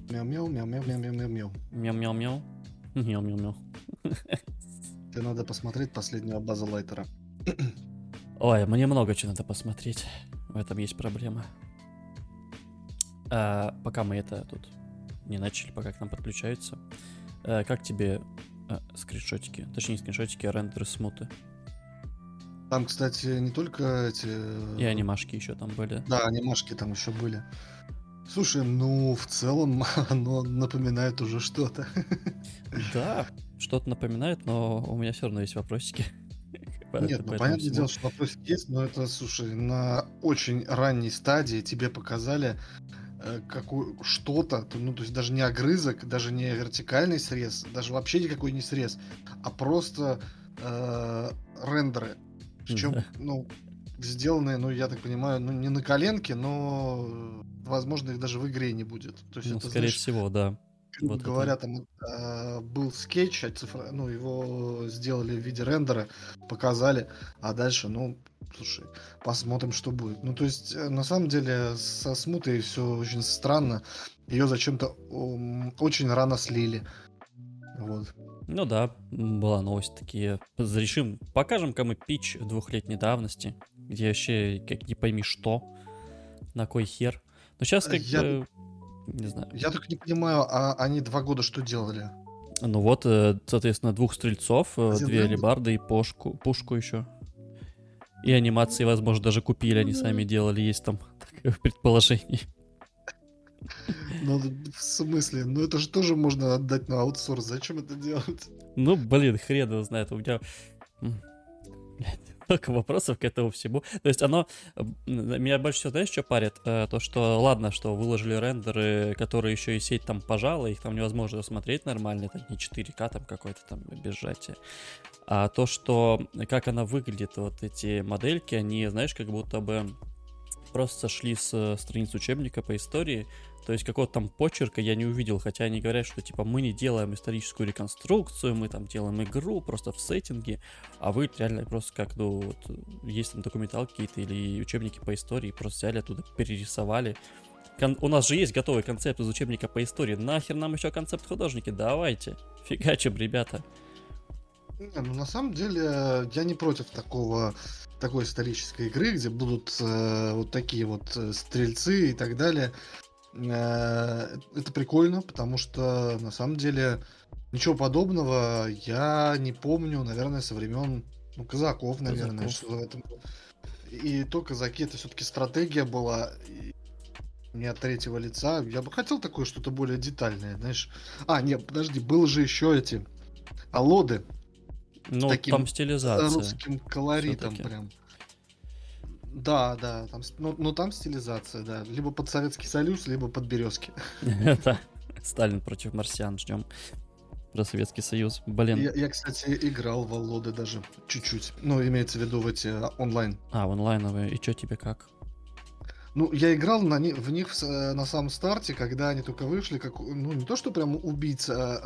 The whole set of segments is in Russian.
Мяу-мяу-мяу-мяу-мяу-мяу-мяу. Мяу-мяу-мяу. Мяу-мяу-мяу. Тебе надо посмотреть последнего База Лайтера. Ой, мне много чего надо посмотреть. В этом есть проблема. Пока мы это тут не начали, пока к нам подключаются. Как тебе скриншотики? Точнее, не скриншотики, а рендеры смуты. Там, кстати, не только эти... И анимашки еще там были. Да, анимашки там еще были. Слушай, ну, в целом, оно напоминает уже что-то. Да, что-то напоминает, но у меня все равно есть вопросики. Нет, ну, понятное дело, что вопросики есть, но это, слушай, на очень ранней стадии тебе показали что-то, ну, то есть даже не огрызок, даже не вертикальный срез, даже вообще никакой не срез, а просто рендеры. Причем, Да. ну, сделанные, ну, я так понимаю, ну, не на коленке, но, возможно, их даже в игре не будет. То есть Ну, это, скорее знаешь, всего, да. грубо Вот говоря, это. там был скетч, ну, его сделали в виде рендера, показали, а дальше, ну, слушай, посмотрим, что будет. Ну, то есть, на самом деле, со смутой все очень странно. Ее зачем-то очень рано слили. Вот. Ну да, была новость такие. Решим, покажем кому пич 2-летней давности, где вообще как не пойми что, на кой хер. Но сейчас как бы, не знаю. Я только не понимаю, а они 2 года что делали? Ну вот, соответственно, 2 стрельцов, 2 алебарды и пушку еще. И анимации, возможно, даже купили, они сами делали, есть там такое предположение. Ну, в смысле? Ну, это же тоже можно отдать на аутсорс. Зачем это делать? Ну, блин, хрен его знает. У меня столько вопросов к этому всему. То есть оно... Меня больше всего, знаешь, что парит? То, что, ладно, что выложили рендеры, которые еще и сеть там пожала, их там невозможно смотреть нормально, это не 4К там какой-то там без сжатия. А то, что... Как она выглядит, вот эти модельки, они, знаешь, как будто бы просто сошли с страниц учебника по истории. То есть какого-то там почерка я не увидел, хотя они говорят, что типа мы не делаем историческую реконструкцию, мы там делаем игру просто в сеттинге, а вы реально просто как, ну, вот, есть там документалки какие-то или учебники по истории, просто взяли оттуда, перерисовали. У нас же есть готовый концепт из учебника по истории, нахер нам еще концепт художники, давайте, фигачим, ребята. Не, ну на самом деле я не против такой исторической игры, где будут вот такие вот стрельцы и так далее. Это прикольно, потому что на самом деле ничего подобного я не помню, наверное, со времен казаков, наверное, Казаков. что в этом. И то казаки это все-таки стратегия была. Не от третьего лица. Я бы хотел такое что-то более детальное, знаешь. Нет, подожди, было же еще эти алоды. Ну, Таким там стилизация. русским колоритом Всё-таки. прям. Да, там, там стилизация, да. Либо под Советский Союз, либо под березки. Это Сталин против марсиан, ждем. Про Советский Союз, блин. Я, кстати, играл в Аллоды даже чуть-чуть. Ну, имеется в виду в эти онлайн. Онлайновые. И чё тебе как? Ну, я играл в них на самом старте, когда они только вышли, как, ну, не то, что прям убийца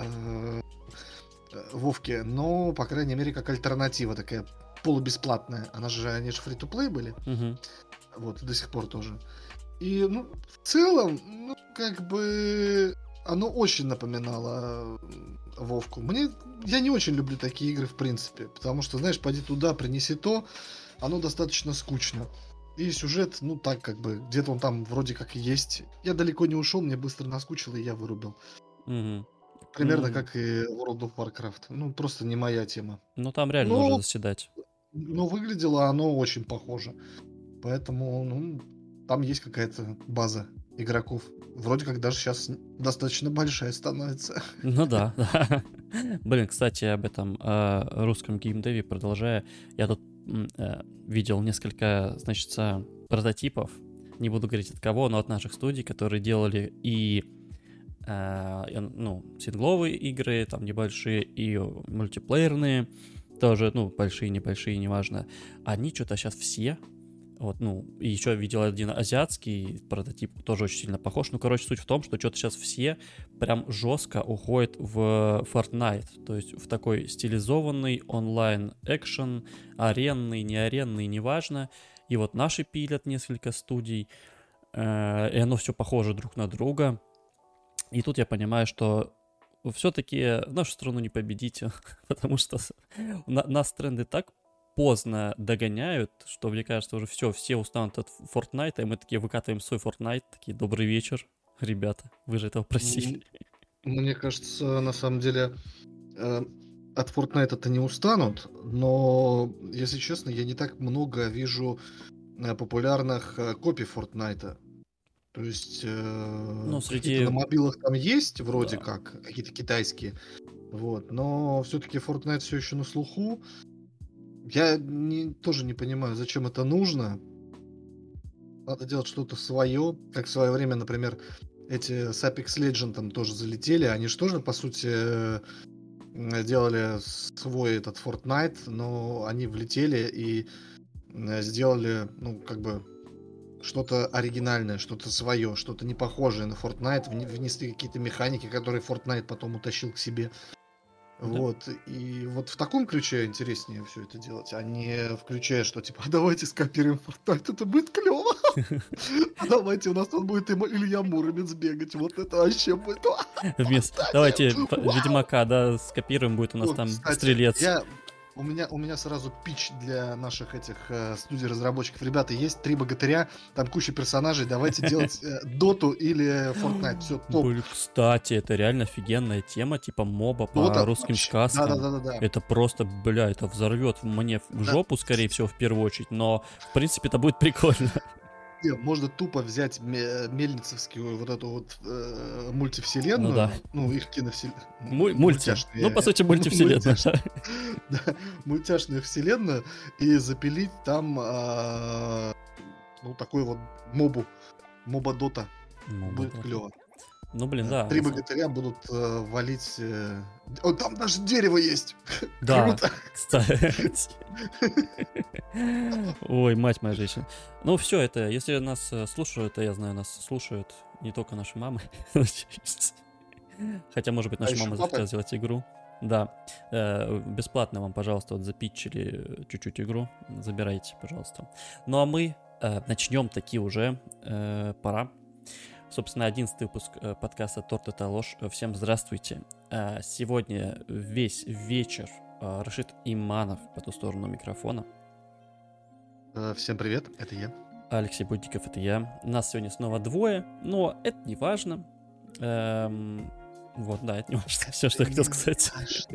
Вовки, но, по крайней мере, как альтернатива такая полубесплатная. Они же фри-то-плей были. Угу. Вот, до сих пор тоже. И, ну, в целом, ну, как бы оно очень напоминало Вовку. Я не очень люблю такие игры, в принципе, потому что, знаешь, пойди туда, принеси то, оно достаточно скучно. И сюжет, ну, так как бы, где-то он там вроде как и есть. Я далеко не ушел, мне быстро наскучило, и я вырубил. Угу. Примерно как и World of Warcraft. Ну, просто не моя тема. Ну, там реально нужно Но, заседать. но выглядело оно очень похоже. Поэтому, ну, там есть какая-то база игроков. Вроде как даже сейчас достаточно большая становится. Ну да, да. Блин, кстати, об этом русском геймдеве продолжая. Я тут видел несколько, значит, прототипов. Не буду говорить от кого, но от наших студий, которые делали и сингловые игры, там небольшие, и мультиплеерные, тоже, ну, большие, небольшие, неважно. Они что-то сейчас все, вот, ну, и еще видел один азиатский прототип, тоже очень сильно похож. Ну, короче, суть в том, что что-то сейчас все прям жестко уходят в Fortnite, то есть в такой стилизованный онлайн-экшен, аренный, не аренный, неважно. И вот наши пилят несколько студий, и оно все похоже друг на друга. И тут я понимаю, что все-таки нашу страну не победите, потому что нас тренды так поздно догоняют, что, мне кажется, уже все устанут от Fortnite, и мы такие выкатываем свой Fortnite, такие, добрый вечер, ребята, вы же этого просили. Мне кажется, на самом деле, от Fortnite-то не устанут, но, если честно, я не так много вижу популярных копий Fortnite. То есть Ну, какие-то на среди... мобилах там есть, вроде Да. как, какие-то китайские. Вот. Но все-таки Fortnite все еще на слуху. Я тоже не понимаю, зачем это нужно. Надо делать что-то свое. Как в свое время, например, эти с Apex Legends там тоже залетели. Они же тоже, по сути, делали свой этот Fortnite, но они влетели и сделали, ну, как бы, что-то оригинальное, что-то свое, что-то не похожее на Fortnite, внесли какие-то механики, которые Fortnite потом утащил к себе. Да. Вот, и вот в таком ключе интереснее все это делать, а не включая, что типа, давайте скопируем Fortnite, это будет клево. Давайте, у нас тут будет Илья Муромец бегать, вот это вообще будет. Давайте Ведьмака, да, скопируем, будет у нас там стрелец. У меня сразу пич для наших этих студий-разработчиков. Ребята, есть 3 богатыря, там куча персонажей, давайте делать Доту или Fortnite. Все, топ. Блин, кстати, это реально офигенная тема, типа моба по русским сказкам. Да. Это просто, бля, это взорвет мне в жопу, скорее всего, в первую очередь, но, в принципе, это будет прикольно. Можно тупо взять мельницевскую вот эту вот мультивселенную, Ну да. ну их киновселенную. Ну, по сути, мультивселенная. Да, мультяшную вселенную и запилить там ну такой вот моба Дота. Будет клево. Ну, блин, да. 3 богатыря будут валить... там даже дерево есть! Да, Круто! кстати. Ой, мать моя женщина. Ну, все, это, если нас слушают, я знаю, нас слушают не только наши мамы. Хотя, может быть, наши мамы захотят сделать игру. Да. Бесплатно вам, пожалуйста, вот запитчили чуть-чуть игру. Забирайте, пожалуйста. Ну, а мы начнем таки уже. Пора. Собственно, 11-й выпуск подкаста «Торт — это ложь». Всем здравствуйте. Сегодня весь вечер Рашид Иманов по ту сторону микрофона. Всем привет, это я. Алексей Будников, это я. Нас сегодня снова двое, но это не важно. Вот, да, это не важно. Все, что я хотел сказать.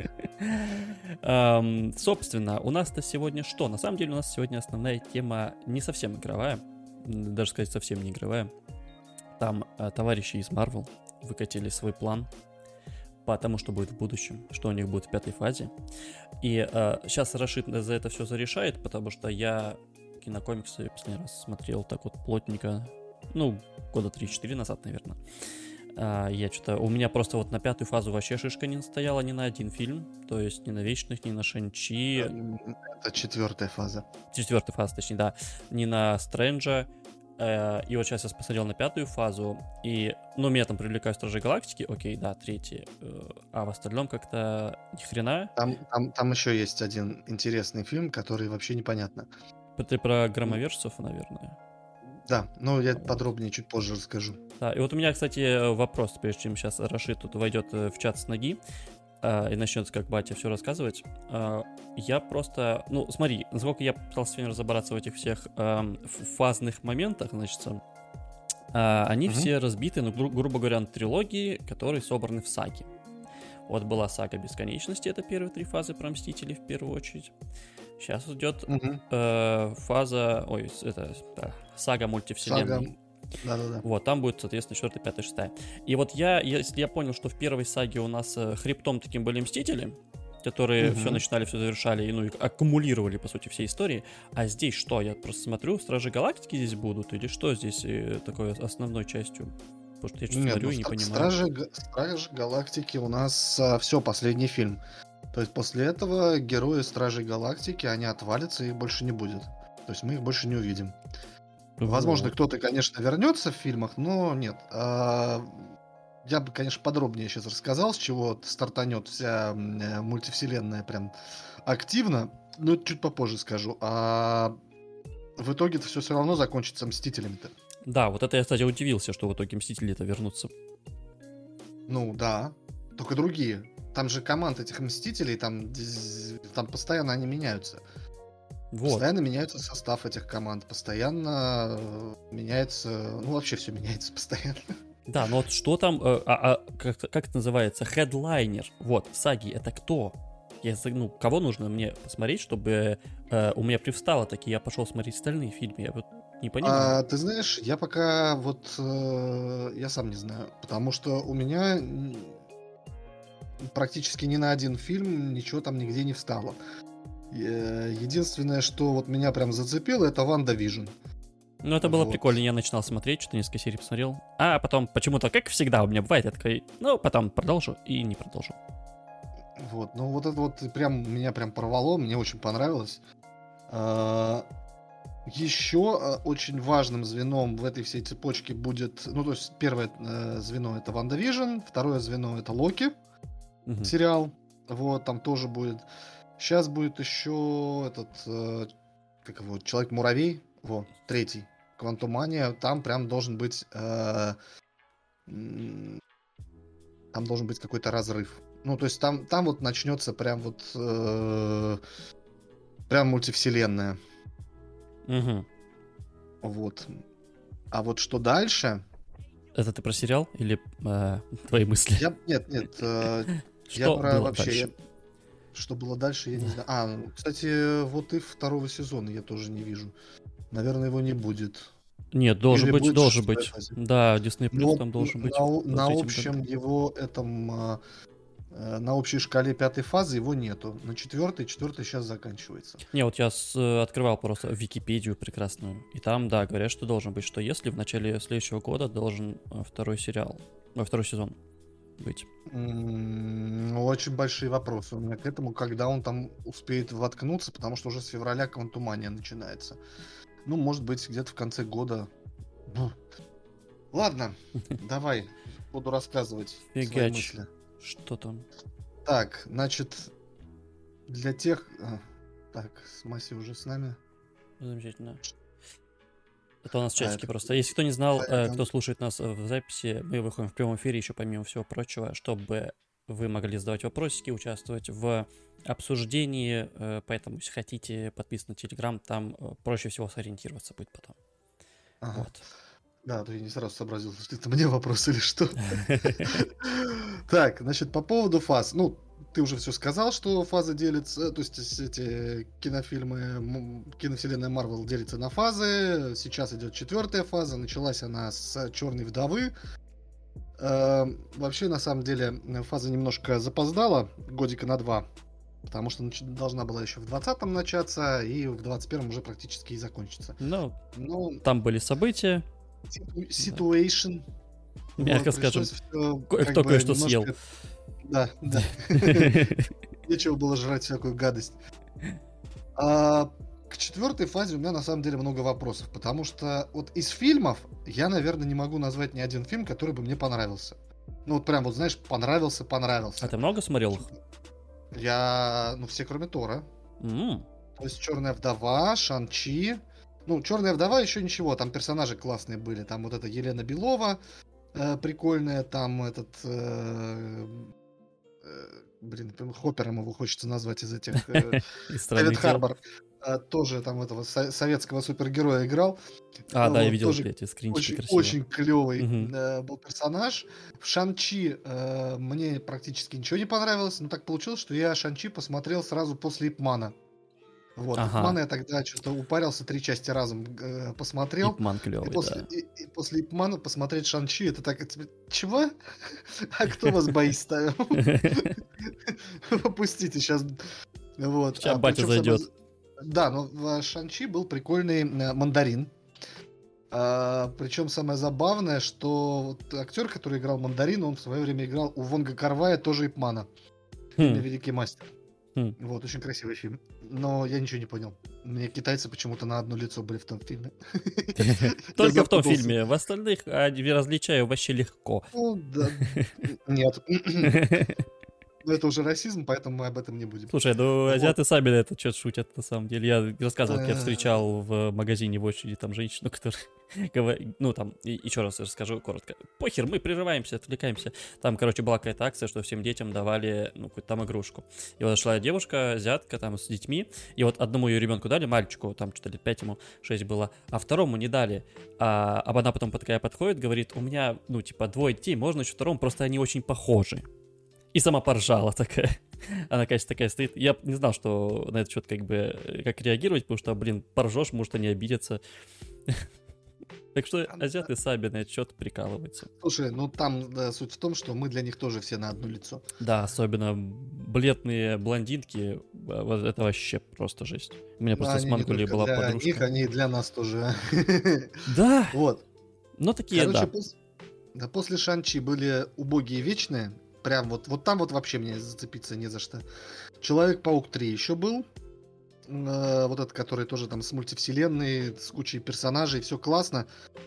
Собственно, у нас-то сегодня что? На самом деле у нас сегодня основная тема не совсем игровая. Даже сказать, совсем не игровая. Там товарищи из Marvel выкатили свой план по тому, что будет в будущем, что у них будет в 5-й фазе. И сейчас Рашид за это все зарешает, потому что я кинокомиксы последний раз смотрел так вот плотненько, ну, года 3-4 назад, наверное. Я что-то... У меня просто вот на 5-ю фазу вообще шишка не стояла ни на один фильм, то есть ни на Вечных, ни на Шэнь-Чи. Это 4-я фаза. 4-я фаза, точнее, да. Ни на Стрэнджа. И вот сейчас я посмотрел на 5-ю фазу, и, ну, меня там привлекают Стражи Галактики, окей, да, 3-й, а в остальном как-то ни хрена. Там еще есть один интересный фильм, который вообще непонятно. Ты про громовержцев, наверное? Да, но я подробнее чуть позже расскажу. Да, и вот у меня, кстати, вопрос, прежде чем сейчас Рашид тут войдет в чат с ноги и начнет, как батя, все рассказывать. Я просто... Ну, смотри, насколько я пытался сегодня разобраться в этих всех фазных моментах, значит, они все разбиты, ну, грубо говоря, на трилогии, которые собраны в саге. Вот была сага Бесконечности, это первые 3 фазы про Мстителей в первую очередь. Сейчас идет фаза... Ой, это... Да, сага мультивселенной. Да. Вот, там будет, соответственно, 4, 5, 6. И вот если я понял, что в первой саге у нас хребтом таким были Мстители, которые все начинали, все завершали, и, ну, и аккумулировали, по сути, все истории. А здесь что? Я просто смотрю, Стражи Галактики здесь будут? Или что здесь такой основной частью? Потому что я что-то смотрю и не понимаю. Стражи Галактики у нас все, последний фильм. То есть после этого герои Стражей Галактики, они отвалятся и больше не будет. То есть мы их больше не увидим. Возможно, кто-то, конечно, вернется в фильмах, но нет. Я бы, конечно, подробнее сейчас рассказал, с чего стартанет вся мультивселенная прям активно, но чуть попозже скажу. А в итоге это все равно закончится Мстителями-то. Да, вот это я, кстати, удивился, что в итоге Мстители-то вернутся. Ну, да. Только другие. Там же команд этих Мстителей, там постоянно они меняются. Вот. Постоянно меняется состав этих команд. Постоянно меняется... Ну, вообще все меняется постоянно. Да, но вот что там... как это называется? Хедлайнер. Вот, саги, это кто? Кого нужно мне посмотреть, чтобы у меня привстало таки, я пошел смотреть остальные фильмы? Я вот не понимаю. Ты знаешь, я пока вот... я сам не знаю. Потому что у меня практически ни на один фильм ничего там нигде не встало. Единственное, что вот меня прям зацепило, это Ванда Вижн. Ну, это было прикольно, я начинал смотреть, что-то несколько серий посмотрел. А потом почему-то, как всегда у меня бывает, я такой, ну, потом продолжу и не продолжу. Вот, ну вот это вот прям меня прям порвало, мне очень понравилось. Еще очень важным звеном в этой всей цепочке будет, ну, то есть первое звено это Ванда Вижн, второе звено это Локи, сериал, вот, там тоже будет. Сейчас будет еще этот, как его, Человек-муравей, вот, третий, Квантумания, там прям должен быть, там должен быть какой-то разрыв. Ну, то есть там вот начнется прям вот, прям мультивселенная. Угу. Вот. А вот что дальше? Это ты про сериал или твои мысли? Нет. Что было вообще. дальше? Что было дальше, я не знаю. Кстати, вот и второго сезона я тоже не вижу. Наверное, его не будет. Нет, должен быть. Фазе. Да, Disney Plus там должен быть. На общем его этом... На общей шкале 5 фазы его нету. На 4 сейчас заканчивается. Не, вот я открывал просто Википедию прекрасную. И там, да, говорят, что должен быть, что если в начале следующего года должен второй сезон быть. Очень большие вопросы у меня к этому, когда он там успеет воткнуться, потому что уже с февраля Квантумания начинается. Ну, может быть, где-то в конце года. Ладно, давай, буду рассказывать свои мысли. Что там? Так, значит, для тех... Так, Маси уже с нами. Замечательно. Это у нас чатики просто. Если кто не знал, кто слушает нас в записи, мы выходим в прямом эфире еще помимо всего прочего, чтобы вы могли задавать вопросики, участвовать в обсуждении, поэтому, если хотите, подписывайтесь на Телеграм, там проще всего сориентироваться будет потом. Ага. Вот. Да, то я не сразу сообразил, что это мне вопрос или что. Так, значит, по поводу фаз. Ну, ты уже все сказал, что фазы делятся, то есть эти кинофильмы, киновселенная Марвел делится на фазы. Сейчас идет 4-я фаза, началась она с Черной вдовы. Вообще, на самом деле, фаза немножко запоздала, годика на 2, потому что должна была еще в 20-м начаться, и в 21-м уже практически и закончится. Ну, там были события. Situation. Мягко скажем, кто кое-что съел. Да. Нечего было жрать всякую гадость. К 4-й фазе у меня на самом деле много вопросов, потому что вот из фильмов я, наверное, не могу назвать ни один фильм, который бы мне понравился. Ну вот прям вот, знаешь, понравился. А ты много смотрел их? Я, все кроме Тора. То есть Черная вдова, Шан-Чи. Ну, Черная вдова еще ничего, там персонажи классные были. Там вот эта Елена Белова прикольная, там этот... Хоппером его хочется назвать из этих... Дэвид Харбор тоже там этого советского супергероя играл. Да, я видел эти скринчики красивые. Очень клевый был персонаж. В Шан-Чи мне практически ничего не понравилось, но так получилось, что я Шан-Чи посмотрел сразу после Ип Мана. Вот, Ипмана я тогда что-то упарился, 3 части разом посмотрел. Ипман клевый, и после Ипмана посмотреть Шан-Чи, это так, чего? А кто вас бои ставил? Попустите сейчас. Вот. Сейчас батя зайдет. Да, но в Шан-Чи был прикольный мандарин. Причем самое забавное, что вот актер, который играл мандарин, он в свое время играл у Вонга Кар-вая тоже Ипмана. Великий мастер. Вот, очень красивый фильм. Но я ничего не понял. Мне китайцы почему-то на одно лицо были в том фильме. Только в том фильме. В остальных различаю вообще легко. Ну, да. Нет. Но это уже расизм, поэтому мы об этом не будем. Слушай, ну Вот. азиаты сами на это что-то шутят, на самом деле. Я рассказывал, как я Э, встречал в магазине в очереди там женщину, которая ну там, еще раз расскажу коротко. Похер, мы прерываемся, отвлекаемся. Там, короче, была какая-то акция, что всем детям давали, ну, какую-то там игрушку. И вот шла девушка, азиатка, там, с детьми, и вот одному ее ребенку дали, мальчику, там, что-то лет 5 ему, 6 было, а второму не дали. А она потом такая подходит, говорит, у меня, ну, типа, двое детей, можно еще второму, просто они очень похожи. И сама поржала такая. Она, конечно, такая стоит. Я не знал, что на этот счет как бы как реагировать, потому что, блин, поржешь, может, они обидятся. Так что азиаты сами на этот счет прикалываются. Слушай, ну там суть в том, что мы для них тоже все на одно лицо. Да, особенно бледные блондинки, вот это вообще просто жесть. У меня просто с Они не Монголией только была для них, подружка. они и для нас тоже. Да, Вот. ну такие, Короче, да. да, после Шанчи были убогие вечные. Прям вот там вот вообще мне зацепиться не за что. Человек-паук 3 еще был. Вот этот, который тоже там с мультивселенной, с кучей персонажей, все классно.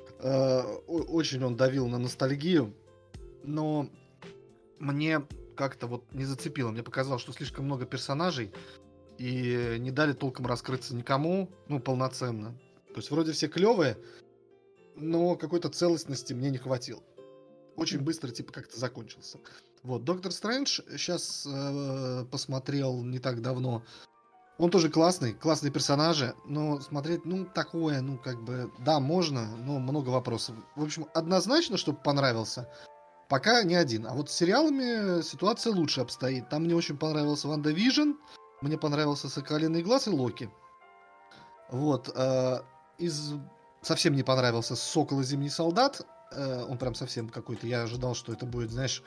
Очень он давил на ностальгию. Но мне как-то вот не зацепило. Мне показалось, что слишком много персонажей. И не дали толком раскрыться никому, ну, полноценно. То есть вроде все клевые, но какой-то целостности мне не хватило. Очень быстро, типа, как-то закончился. Вот, Доктор Стрэндж сейчас посмотрел не так давно. Он тоже классный, классные персонажи, но смотреть, ну, такое, ну, как бы, да, можно, но много вопросов. В общем, однозначно, чтобы понравился, пока не один. А вот с сериалами ситуация лучше обстоит. Там мне очень понравился Ванда Вижн, мне понравился Соколиный глаз и Локи. Вот, из совсем не понравился Сокол и Зимний солдат. Он прям совсем какой-то. Я ожидал, что это будет, знаешь,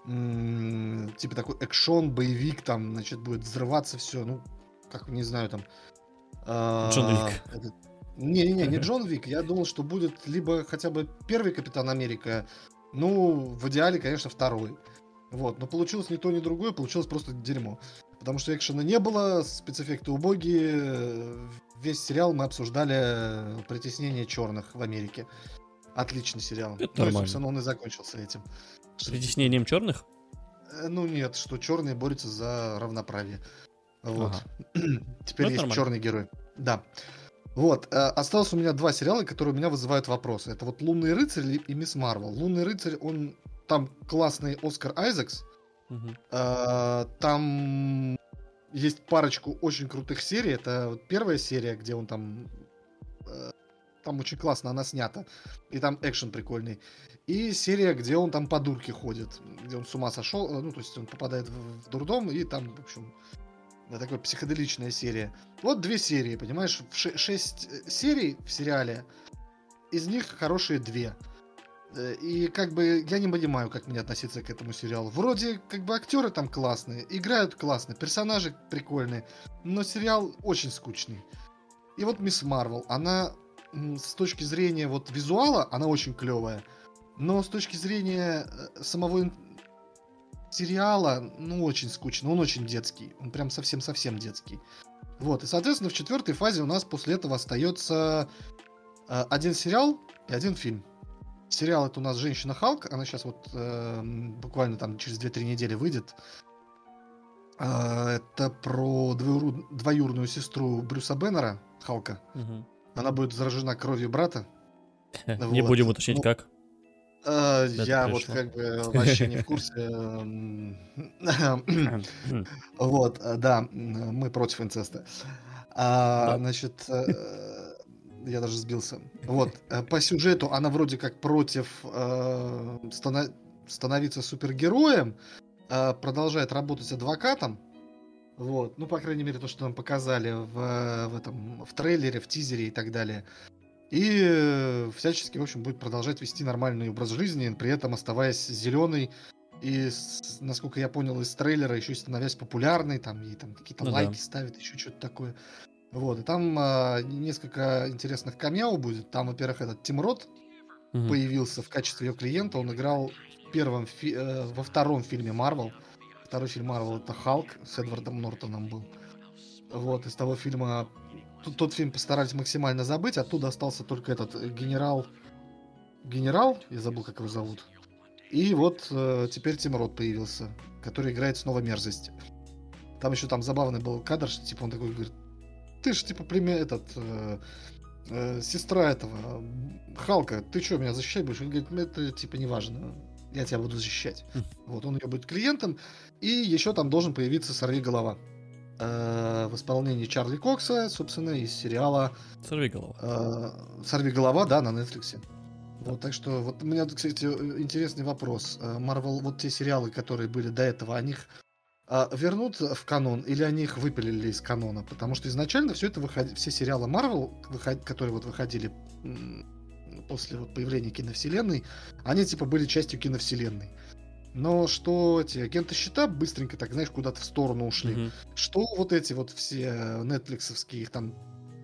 типа такой экшон, боевик, там, значит, будет взрываться все. Ну, как, не знаю, там... Джон Уик. Не-не-не, не Джон Вик. Я думал, что будет либо хотя бы первый Капитан Америка, ну, в идеале, конечно, второй. Вот, но получилось ни то, ни другое, получилось просто дерьмо. Потому что экшена не было, спецэффекты убогие. Весь сериал мы обсуждали притеснение черных в Америке. Отличный сериал. Это Ну и, нормально. собственно, он и закончился этим. С притеснением черных? Ну нет, что черные борются за равноправие. Вот. Ага. Теперь Ну, это есть нормально. черный герой. Да. Вот. Осталось у меня два сериала, которые у меня вызывают вопросы. Это вот «Лунный рыцарь» и «Мисс Марвел». «Лунный рыцарь», он... Там классный Оскар Айзекс. Мгм. Там есть парочку очень крутых серий. Это вот первая серия, где он там... Там очень классно она снята. И там экшен прикольный. И серия, где он там по дурке ходит. Где он с ума сошел. Ну, то есть он попадает в дурдом. И там, в общем, такая психоделичная серия. Вот две серии, понимаешь? 6 серий в сериале. Из них хорошие 2. И как бы я не понимаю, как мне относиться к этому сериалу. Вроде как бы актеры там классные, играют классно, персонажи прикольные, но сериал очень скучный. И вот «Мисс Марвел», она с точки зрения вот визуала, она очень клевая, но с точки зрения самого сериала, ну, очень скучно, он очень детский, он прям совсем-совсем детский. Вот, и, соответственно, в 4-й фазе у нас после этого остается один сериал и один фильм. Сериал это у нас «Женщина Халк», она сейчас вот буквально там через 2-3 недели выйдет. Это про двоюродную сестру Брюса Беннера, Халка. Мгм. Она будет заражена кровью брата. Не Вот. будем уточнять, Ну, как. я вот пришло. как бы вообще не в курсе. Вот, да, мы против инцеста. Да. Значит, я даже сбился. Вот, по сюжету она вроде как против становиться супергероем, продолжает работать адвокатом. Вот, ну, по крайней мере, то, что нам показали в трейлере, в тизере и так далее. И всячески, в общем, будет продолжать вести нормальный образ жизни, при этом оставаясь зеленой и, насколько я понял, из трейлера еще и становясь популярной, там, ей там какие-то Ну да. лайки ставят, еще что-то такое. Вот, и там несколько интересных камео будет. Там, во-первых, этот Тим Рот Мгм. появился в качестве ее клиента, он играл во втором фильме Марвел. Второй фильм Марвел это Халк с Эдвардом Нортоном был. Вот, из того фильма... Тот фильм постарались максимально забыть, оттуда остался только этот генерал... Генерал? Я забыл, как его зовут. И вот теперь Тим Рот появился. который играет снова мерзость. Там еще там забавный был кадр, что типа он такой говорит: ты ж типа сестра этого Халка, ты что, меня защищать будешь? Он говорит: это типа не важно, я тебя буду защищать. Вот, он ее будет клиентом. И еще там должен появиться Сорвиголова в исполнении Чарли Кокса, собственно, из сериала Сорвиголова, да, на Netflix. Вот, так что, вот у меня, кстати, интересный вопрос. Marvel, вот те сериалы, которые были до этого, они их вернут в канон или они их выпилили из канона? Потому что изначально все это все сериалы Marvel, которые вот выходили после вот появления киновселенной, они типа были частью киновселенной. Но что эти агенты щита быстренько так, знаешь, куда-то в сторону ушли. Что вот эти вот все нетфликсовские, их там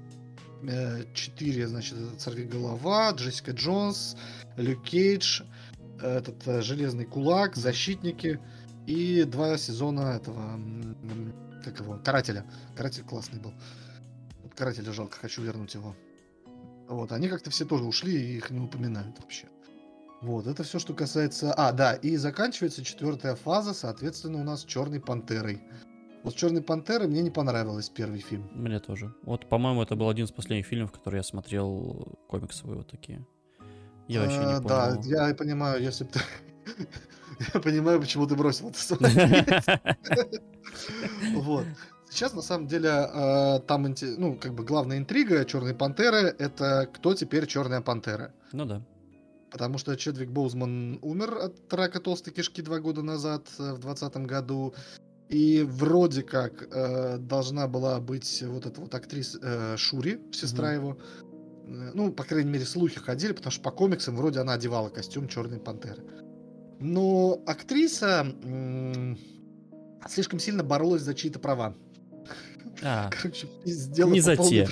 4, значит, Сорвиголова, Джессика Джонс, Люк Кейдж, этот Железный Кулак, Защитники и 2 сезона этого, как его, Карателя. Каратель классный был. Вот Карателя жалко, хочу вернуть его. Вот, они как-то все тоже ушли и их не упоминают вообще. Вот, это все, что касается... да, и заканчивается 4-я фаза, соответственно, у нас Черной Пантерой. Вот с Черной Пантерой мне не понравился первый фильм. Мне тоже. Вот, по-моему, это был один из последних фильмов, которые я смотрел, комиксовые вот такие. Я вообще не понял. Да, я понимаю, если бы ты... Я понимаю, почему ты бросил это смотреть. Вот. Сейчас, на самом деле, там, ну, как бы главная интрига Черной Пантеры — это кто теперь Черная Пантера. Ну да. Потому что Чедвик Боузман умер от рака толстой кишки 2 года назад, в 2020 году. И вроде как должна была быть вот эта вот актриса Шури, сестра его. Ну, по крайней мере, слухи ходили, потому что по комиксам вроде она одевала костюм Черной Пантеры. Но актриса слишком сильно боролась за чьи-то права. Короче, сделала не за те.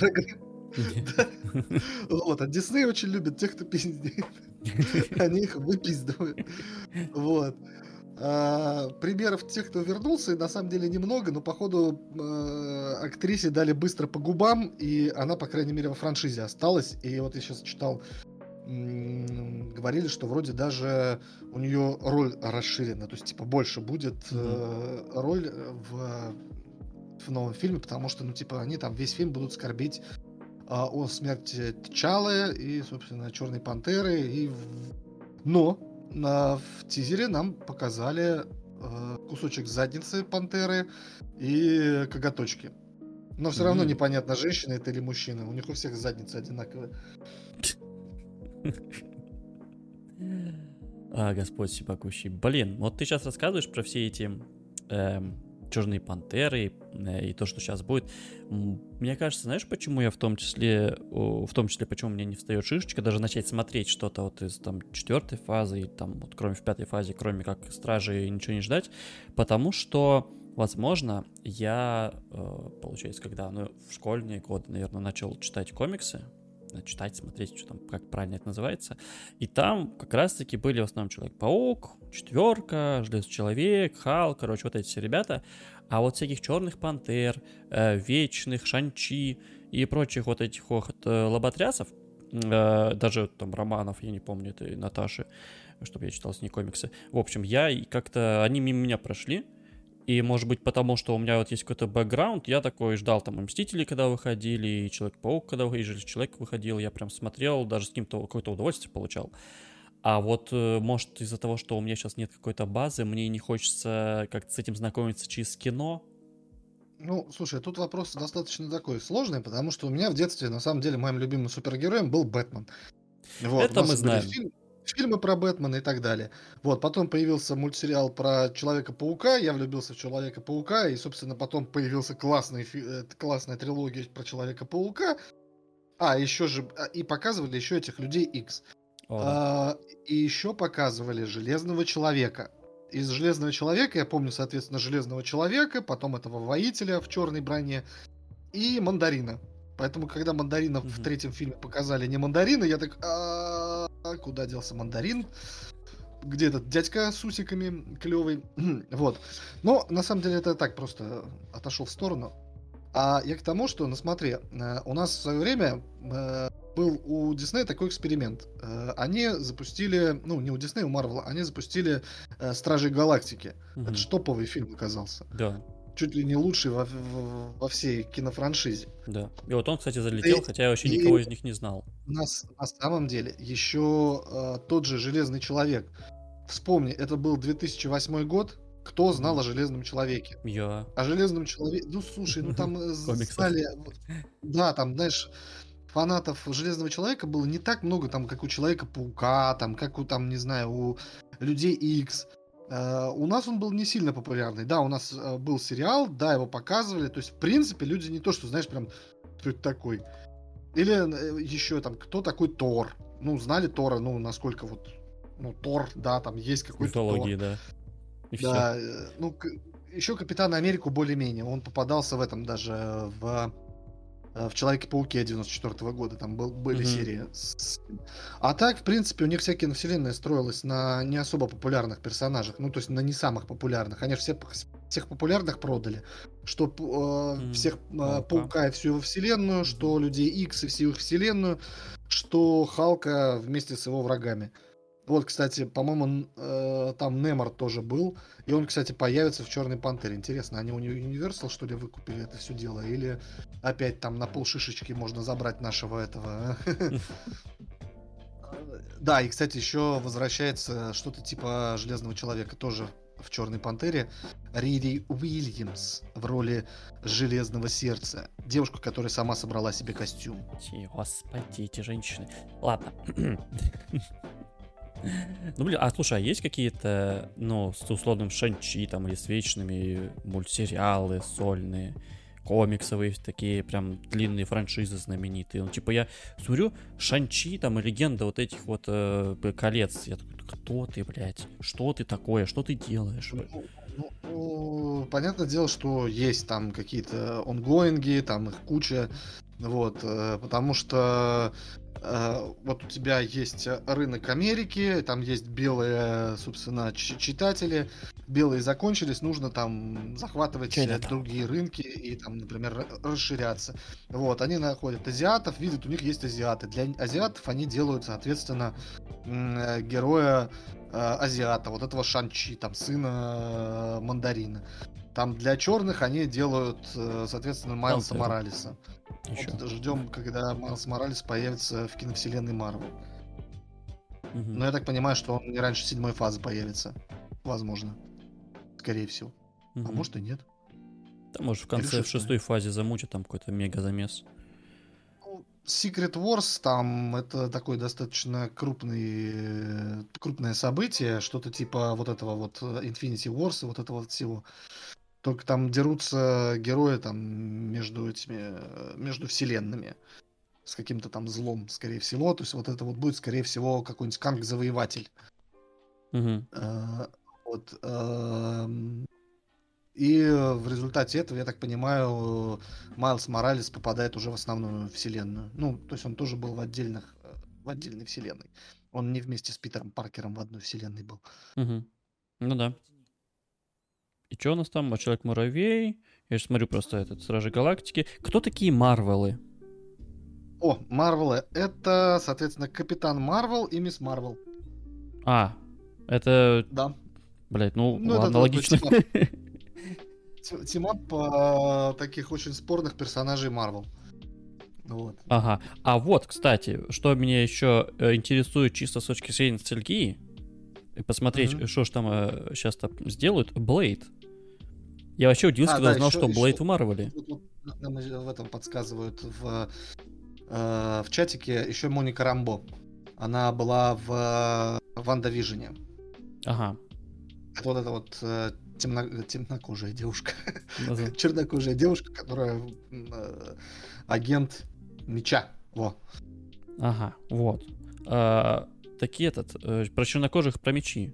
Вот, а Дисней очень любит тех, кто пиздит. Они их выпиздывают. Вот. Примеров тех, кто вернулся, на самом деле немного, но походу актрисе дали быстро по губам, и она, по крайней мере, во франшизе осталась. И вот я сейчас читал, говорили, что вроде даже у нее роль расширена, то есть типа больше будет роль в новом фильме, потому что, ну, типа, они там весь фильм будут скорбить о смерти T'Challa и, собственно, Черной Пантеры. Но в тизере нам показали кусочек задницы Пантеры и коготочки. Но все равно непонятно, женщина это или мужчина. У них у всех задницы одинаковые. Господь всемогущий. Блин, вот ты сейчас рассказываешь про все эти Черные Пантеры и то, что сейчас будет. Мне кажется, знаешь, почему я в том числе, почему мне не встает шишечка даже начать смотреть что-то вот из там 4-й фазы, и там вот кроме в 5-й фазе, кроме как Стражи, ничего не ждать, потому что, возможно, я, получается, когда в школьные годы, наверное, начал читать комиксы, смотреть, что там, как правильно это называется. И там как раз-таки были в основном Человек-паук, Четверка, Железный Человек, Халк, короче, вот эти все ребята. А вот всяких Черных Пантер, Вечных, Шанчи и прочих вот этих вот лоботрясов, даже там романов, я не помню, этой Наташи, чтобы я читал с ней комиксы. В общем, они мимо меня прошли. И, может быть, потому что у меня вот есть какой-то бэкграунд, я такой ждал там и Мстители, когда выходили, и Человек-паук, когда выходил, и Железный Человек выходил, я прям смотрел, даже с какое-то удовольствие получал. А вот, может, из-за того, что у меня сейчас нет какой-то базы, мне не хочется как-то с этим знакомиться через кино. Ну, слушай, тут вопрос достаточно такой сложный, потому что у меня в детстве, на самом деле, моим любимым супергероем был Бэтмен. Вот, это мы знаем. Фильмы про Бэтмена и так далее. Вот, потом появился мультсериал про Человека-паука, я влюбился в Человека-паука, и, собственно, потом появился классная трилогия про Человека-паука. Еще же, и показывали еще этих Людей Икс. И еще показывали Железного Человека. Из Железного Человека я помню, соответственно, Железного Человека, потом этого Воителя в черной броне и Мандарина. Поэтому, когда Мандарина в 3-м фильме показали не Мандарина, я так... куда делся Мандарин? Где этот дядька с усиками клевый? Вот. Но, на самом деле, это так просто отошел в сторону. А я к тому, что, смотри, у нас в свое время был у Диснея такой эксперимент. Они запустили, ну, не у Диснея, у Марвела, они запустили Стражей Галактики. Это ж топовый фильм оказался. Да. Чуть ли не лучший во всей кинофраншизе. Да. И вот он, кстати, залетел, хотя я вообще никого из них не знал. На самом деле, еще тот же Железный Человек. Вспомни, это был 2008 год. Кто знал о Железном Человеке? Я. О Железном Человеке... Ну, слушай, ну там Комиксов. знали... Да, там, знаешь, фанатов Железного Человека было не так много, там, как у Человека-паука, там, как у, там, не знаю, у Людей Икс. У нас он был не сильно популярный. Да, у нас был сериал, да, его показывали. То есть, в принципе, люди не то, что, знаешь, прям, кто это такой. Или еще там, кто такой Тор. Ну, знали Тора, ну, насколько вот... Ну, Тор, да, там есть какой-то Тор. Мифологии, да. И да, все. ну, еще Капитана Америку более-менее. Он попадался в этом даже в Человеке-пауке 94 года. Там были серии. А так, в принципе, у них вся киновселенная строилась на не особо популярных персонажах. Ну, то есть на не самых популярных. Они же всех популярных продали. Что всех Паука и всю его вселенную, что Людей Икс и всю их вселенную, что Халка вместе с его врагами. Вот, кстати, по-моему, там Немор тоже был. И он, кстати, появится в Черной Пантере. Интересно, они у Universal, что ли, выкупили это все дело? Или опять там на полшишечки можно забрать нашего этого? Да, и, кстати, еще возвращается что-то типа Железного Человека тоже в Черной Пантере. Рири Уильямс в роли Железного Сердца. Девушка, которая сама собрала себе костюм. Господи, эти женщины. Ладно. Ну, блин, а слушай, а есть какие-то, ну, с условным Шан-Чи там или с вечными мультсериалы сольные, комиксовые такие прям длинные франшизы знаменитые? Ну, типа я смотрю Шан-Чи там и легенда вот этих вот колец. Я такой, кто ты, блядь? Что ты такое? Что ты делаешь? Ну, понятное дело, что есть там какие-то онгоинги, там их куча, вот, потому что вот у тебя есть рынок Америки, там есть белые, собственно, читатели, белые закончились, нужно там захватывать другие рынки и там, например, расширяться. Вот, они находят азиатов, видят, у них есть азиаты. Для азиатов они делают, соответственно, героя азиата, вот этого Шан-Чи, там, сына Мандарина. Там для черных они делают, соответственно, Майлса Моралеса. Вот ждем, когда Майлз Моралес появится в киновселенной Марвел. Но я так понимаю, что он не раньше 7 фазы появится. Возможно. Скорее всего. А может и нет. Да, может, в конце, в 6 фазе замутят там какой-то мега-замес. Secret Wars, там это такое достаточно крупное событие, что-то типа вот этого вот Infinity Wars и вот этого вот всего. Только там дерутся герои там между вселенными. С каким-то там злом, скорее всего. То есть вот это вот будет, скорее всего, какой-нибудь Канг-завоеватель. Вот. И в результате этого, я так понимаю, Майлз Моралес попадает уже в основную вселенную. Ну, то есть он тоже был в отдельной вселенной. Он не вместе с Питером Паркером в одной вселенной был. Ну да. И что у нас там? Человек-муравей. Я же смотрю просто этот Стражи Галактики. Кто такие Марвелы? О, Марвелы. Это, соответственно, Капитан Марвел и Мисс Марвел. А, это... Да. Блять, ну ладно, логично. Тимап таких очень спорных персонажей Марвел. Вот. Ага. А вот, кстати, что меня еще интересует чисто с точки зрения ностальгии, и посмотреть, что ж там сейчас там сделают. Блейд. Я вообще удивился, когда узнал, что Блейд в Марвеле. Нам в этом подсказывают в чатике еще Моника Рамбо. Она была в Ванда-Вижене. Ага. Это вот эта вот темнокожая девушка. Чернокожая девушка, которая агент Меча. Во. Ага, вот. Такие про чернокожих, про мечи.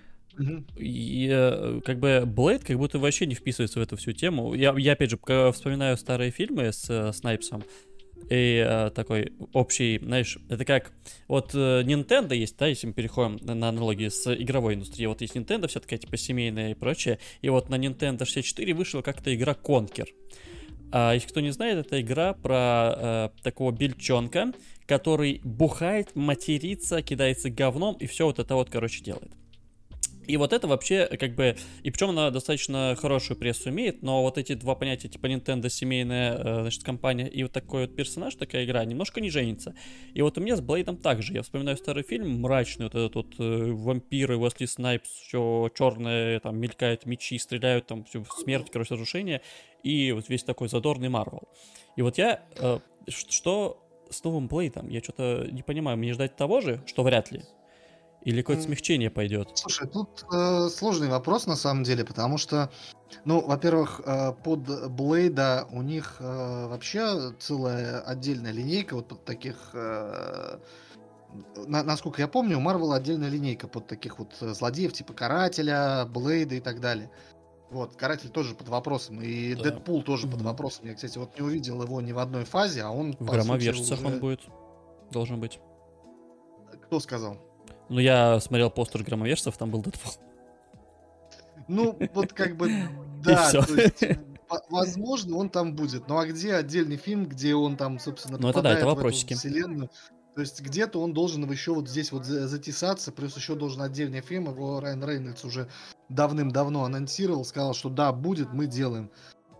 И как бы Блейд как будто вообще не вписывается в эту всю тему. Я опять же вспоминаю старые фильмы с Снайпсом. И такой общий, знаешь, это как вот Nintendo есть, да, если мы переходим на аналогии с игровой индустрией. Вот есть Nintendo, вся такая типа семейная и прочее. И вот на Nintendo 64 вышла как-то игра Conker. Если кто не знает, это игра про такого бельчонка, который бухает, матерится, кидается говном и все вот это вот, короче, делает. И вот это вообще, как бы, и причем она достаточно хорошую прессу имеет, но вот эти два понятия, типа Nintendo, семейная, значит, компания, и вот такой вот персонаж, такая игра, немножко не женится. И вот у меня с Блейдом так же. Я вспоминаю старый фильм, мрачный, вот этот вот вампиры, Уэсли Снайпс, все черное, там, мелькают мечи, стреляют, там, все смерть, короче, разрушение, и вот весь такой задорный Марвел. И вот я, что с новым Блейдом? Я что-то не понимаю, мне ждать того же, что вряд ли? Или какое-то смягчение пойдет? Слушай, тут сложный вопрос на самом деле, потому что, ну, во-первых, под Блейда у них вообще целая отдельная линейка вот под таких, насколько я помню, у Марвела отдельная линейка под таких вот злодеев типа Карателя, Блейда и так далее. Вот, Каратель тоже под вопросом, и Да. Дэдпул тоже под вопросом. Я, кстати, вот не увидел его ни в одной фазе, а он, В по Громовержцах сути, уже... он будет, должен быть. Кто сказал? Ну, я смотрел постер Громовержцев, там был Дэдпул. Ну, вот как бы, да, всё. то есть, возможно, он там будет. Ну, а где отдельный фильм, где он там, собственно, Ну, это да, это попадает в эту вопросики. вселенную? То есть где-то он должен еще вот здесь вот затесаться, плюс еще должен отдельный фильм, его Райан Рейнольдс уже давным-давно анонсировал, сказал, что да, будет, мы делаем.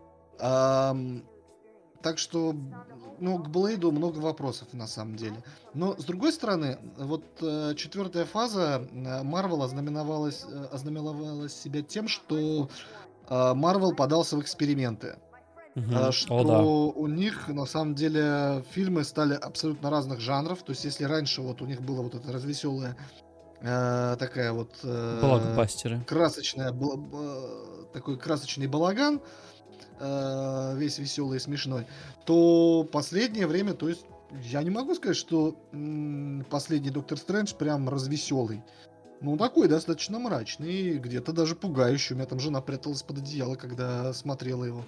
Так что, ну, к Блейду много вопросов на самом деле. Но, с другой стороны, вот четвертая фаза Марвел ознаменовалась себя тем, что Марвел подался в эксперименты. Что О, да. у них, на самом деле, фильмы стали абсолютно разных жанров. То есть, если раньше вот у них было вот это развеселая такая вот Блокбастеры. красочная, такой красочный балаган, весь веселый и смешной, то последнее время, то есть я не могу сказать, что последний Доктор Стрэндж прям развеселый. Ну, такой достаточно мрачный, где-то даже пугающий. У меня там жена пряталась под одеяло, когда смотрела его.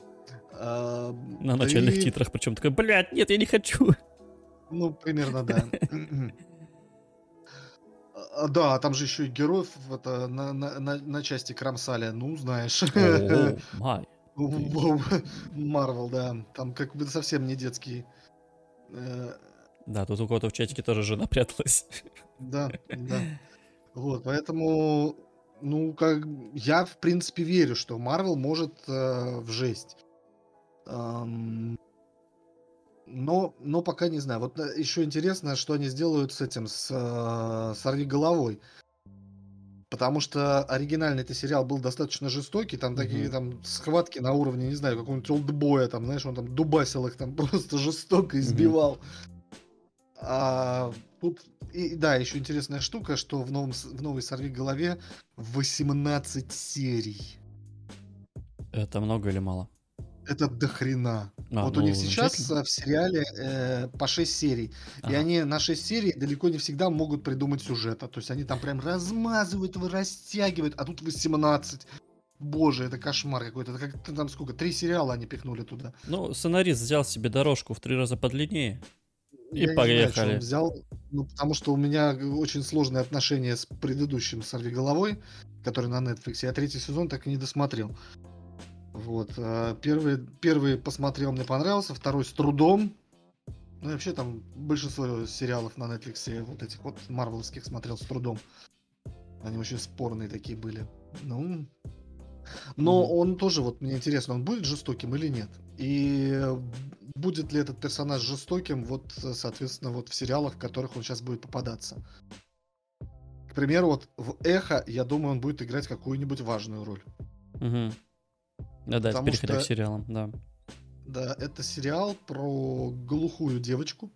На начальных титрах, причем такой, блядь, нет, я не хочу. Ну, примерно, да. Да, там же еще и героев это, на части кромсали, ну, знаешь. О, май. Марвел, да. Там как бы совсем не детский. Да, тут у кого-то в чатике тоже жена пряталась. Да, да. Вот, поэтому, ну, как я, в принципе, верю, что Марвел может в жесть. Но пока не знаю. Вот еще интересно, что они сделают с этим, с «Сорви головой». Потому что оригинальный это сериал был достаточно жестокий, там такие там схватки на уровне, не знаю, какого-нибудь олдбоя, там, знаешь, он там дубасил их там просто жестоко избивал. А тут, и да, еще интересная штука, что в новой «Сорви голове» 18 серий. Это много или мало? Это дохрена. Вот ну, у них сейчас замечательно. в сериале по 6 серий. И Ага. они на 6 серий далеко не всегда могут придумать сюжета. То есть они там прям размазывают его, растягивают, а тут 18. Боже, это кошмар какой-то. Это как там сколько? 3 сериала они пихнули туда. Ну, сценарист взял себе дорожку в 3 раза подлиннее. И Я не знаю, что он поехали. взял. Ну, потому что у меня очень сложные отношения с предыдущим «Сорвиголовой», который на Netflix. Я третий сезон так и не досмотрел. Вот. Первый посмотрел, мне понравился, второй с трудом. Ну и вообще там большинство сериалов на Netflix, вот этих вот марвеловских, смотрел с трудом. Они очень спорные такие были. Ну, но он тоже, вот мне интересно, он будет жестоким или нет? И будет ли этот персонаж жестоким, вот, соответственно, вот в сериалах, в которых он сейчас будет попадаться? К примеру, вот в «Эхо», я думаю, он будет играть какую-нибудь важную роль. Да, Потому переходя к что, сериалам, да. да, это сериал про глухую девушку.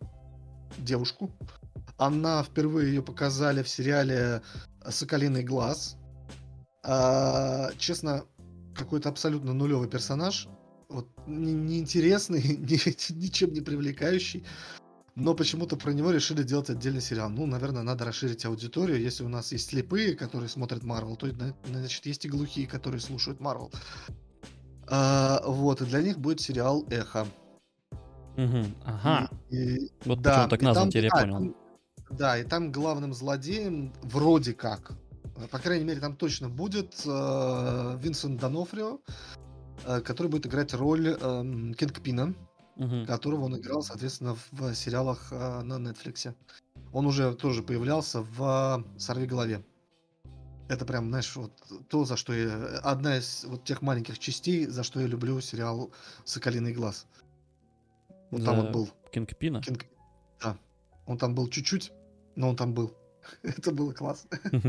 Она впервые ее показали в сериале «Соколиный глаз». Честно, какой-то абсолютно нулевый персонаж. Вот неинтересный, ничем не привлекающий. Но почему-то про него решили делать отдельный сериал. Ну, наверное, надо расширить аудиторию. Если у нас есть слепые, которые смотрят Марвел, то, значит, есть и глухие, которые слушают Марвел. Вот, и для них будет сериал «Эхо». Ага. Вот да, почему так назван, теперь я понял. Да, и там главным злодеем вроде как, по крайней мере, там точно будет Винсент Донофрио. который будет играть роль Кингпина, Мгм. которого он играл, соответственно, в сериалах на Netflix. Он уже тоже появлялся в «Сорвиголове». Это прям, знаешь, вот то, за что я... Одна из вот тех маленьких частей, за что я люблю сериал «Соколиный глаз». Вот там он За был. Кингпина? Кинг... Да. Он там был чуть-чуть, но он там был. Это было классно.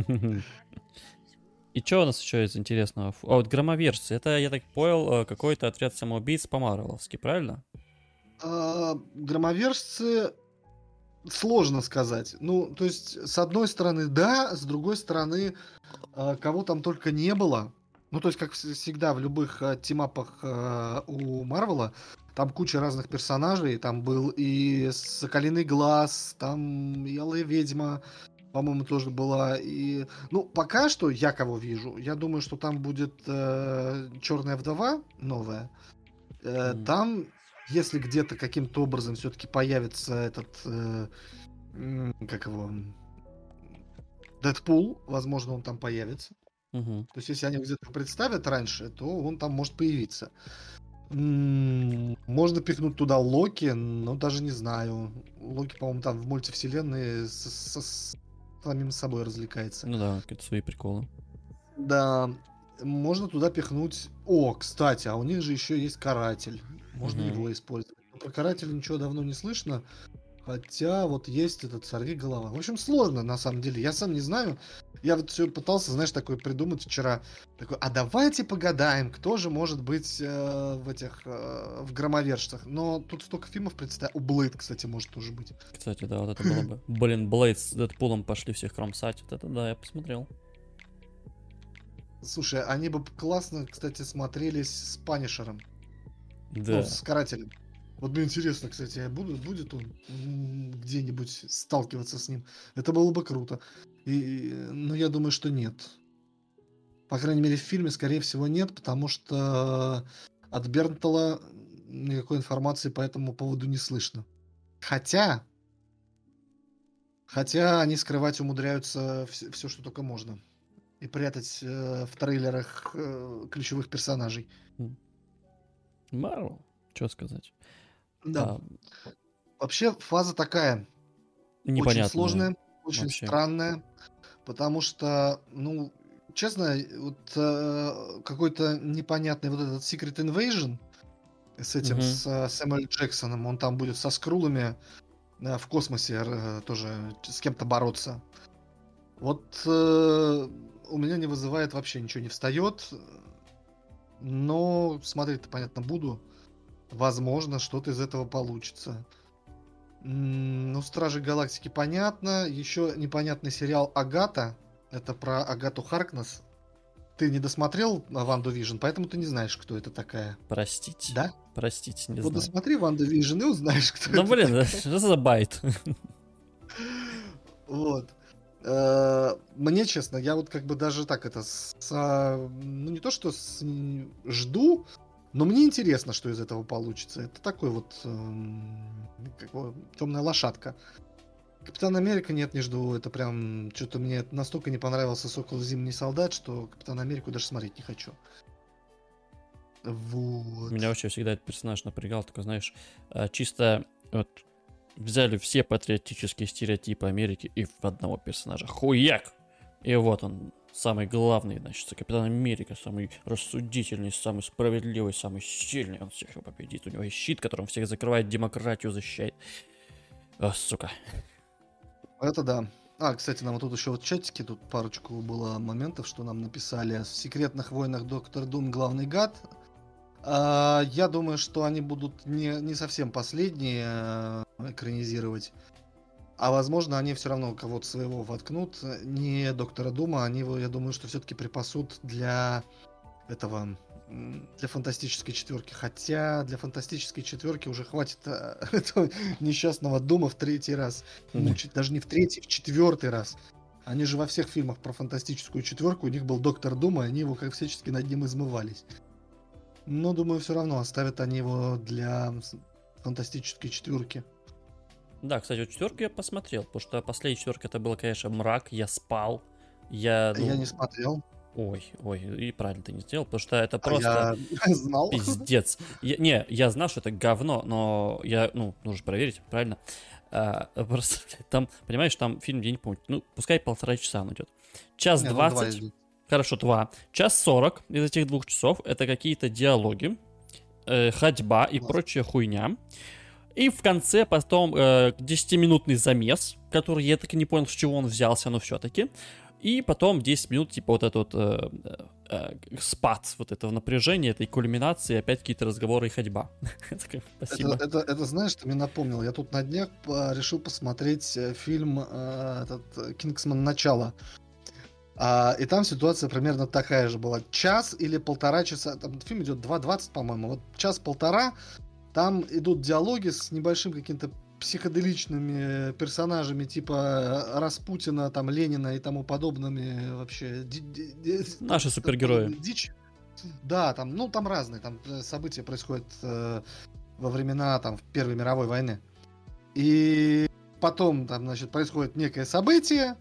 И что у нас еще из интересного? А вот Громоверцы, это, я так понял, какой-то отряд самоубийц по-марвеловски, правильно? Громовержцы сложно сказать. Ну, то есть, с одной стороны, да, с другой стороны, кого там только не было. Ну, то есть, как всегда в любых тимапах у Марвела, там куча разных персонажей. Там был и Соколиный глаз, там и Алая ведьма, по-моему, тоже была. И... Ну, пока что я кого вижу. Я думаю, что там будет Черная вдова новая. Мгм. Там, если где-то каким-то образом все-таки появится этот, как его, Дэдпул, возможно, он там появится. Мгм. То есть, если они где-то представят раньше, то он там может появиться. Можно пихнуть туда Локи, но даже не знаю. Локи, по-моему, там в мультивселенной с самим собой развлекается. Ну да, какие-то свои приколы. Да, можно туда пихнуть... О, кстати, а у них же еще есть Каратель. Можно Мгм. его использовать. Но про Карателя ничего давно не слышно. Хотя вот есть этот «Сорвиголова». В общем, сложно, на самом деле. Я сам не знаю. Я вот все пытался, знаешь, такой придумать вчера. Такой, а давайте погадаем, кто же может быть в этих, в «Громовержцах». Но тут столько фильмов представь. У Блейд, кстати, может тоже быть. Кстати, да, вот это было бы. Блин, Блейд с Дэдпулом пошли всех кромсать. Вот это да, я посмотрел. Слушай, они бы классно, кстати, смотрелись с Панишером. Ну, Да. с Карателем. Вот мне интересно, кстати, будет он где-нибудь сталкиваться с ним? Это было бы круто. Но я думаю, что нет. По крайней мере, в фильме, скорее всего, нет, потому что от Бернтала никакой информации по этому поводу не слышно. Хотя, хотя они скрывать умудряются все, что только можно. И прятать в трейлерах ключевых персонажей. Марвел, что сказать. Да. А, Вообще, фаза такая. Очень непонятное сложная, очень вообще. странная. Потому что, ну, честно, вот какой-то непонятный вот этот Secret Invasion с этим, Мгм. с Сэмюэль Джексоном, он там будет со скрулами в космосе тоже с кем-то бороться. Вот у меня не вызывает вообще ничего, не встает. Но смотреть-то, понятно, буду. Возможно, что-то из этого получится. Ну, Стражи Галактики понятно. Еще непонятный сериал Агата. Это про Агату Харкнесс. Ты не досмотрел Ванду Вижн, поэтому ты не знаешь, кто это такая. Простите. Да? Простите, не Вот знаю. досмотри Ванду Вижн и узнаешь, кто Ну это блин, такая. что за байт? Вот. Мне честно, я вот как бы даже так это ну не то что жду, но мне интересно, что из этого получится. Это такой вот темная лошадка. Капитан Америка нет, не жду. Это прям что-то мне настолько не понравился Сокол и Зимний солдат, что Капитан Америку даже смотреть не хочу. Вот. Меня вообще всегда этот персонаж напрягал, такой, знаешь, чисто вот взяли все патриотические стереотипы Америки и в одного персонажа. Хуяк! И вот он, самый главный, значит, Капитан Америка, самый рассудительный, самый справедливый, самый сильный. Он всех победит. У него есть щит, которым всех закрывает, демократию защищает. О, сука. Это да. Кстати, нам вот тут еще вот в чатике тут парочку было моментов, что нам написали. В «Секретных войнах Доктор Дум главный гад». Я думаю, что они будут не совсем последние экранизировать. А возможно, они все равно кого-то своего воткнут. Не Доктора Дума, они его, я думаю, что все-таки припасут для этого, для фантастической четверки. Хотя для фантастической четверки уже хватит этого несчастного Дума в третий раз мучить. Даже не в третий, в четвертый раз. Они же во всех фильмах про фантастическую четверку, у них был Доктор Дум, и они его как всячески над ним измывались. Но, думаю, все равно оставят они его для фантастической четверки. Да, кстати, вот четверку я посмотрел, потому что последняя четверка это был, конечно, мрак, я спал. Я, Я ну, не смотрел. Ой, и правильно ты не сделал, потому что это А просто я знал. пиздец. Я знал, что это говно, но нужно проверить, правильно? Просто, блядь, там, понимаешь, там фильм, я не помню, пускай 1,5 часа он идет. Час Не, ну, 2 20, идут. хорошо, 2. Час 40 из этих 2 часов это какие-то диалоги, ходьба и Класс. прочая хуйня. И в конце потом 10-минутный замес, который я так и не понял, с чего он взялся, но все-таки. И потом 10 минут, типа, вот этот спад вот этого напряжения, этой кульминации, опять какие-то разговоры и ходьба. Спасибо. Это знаешь, что мне напомнил? Я тут на днях решил посмотреть фильм «Кингсман. Начало». И там ситуация примерно такая же была. Час или 1,5 часа, там фильм идет 2:20, по-моему. Вот час-полтора, там идут диалоги с небольшим каким-то психоделичными персонажами типа Распутина, там Ленина и тому подобными вообще. Наши супергерои. Дичь. Да, там разные, там события происходят во времена там Первой мировой войны. И потом там, значит, происходит некое событие,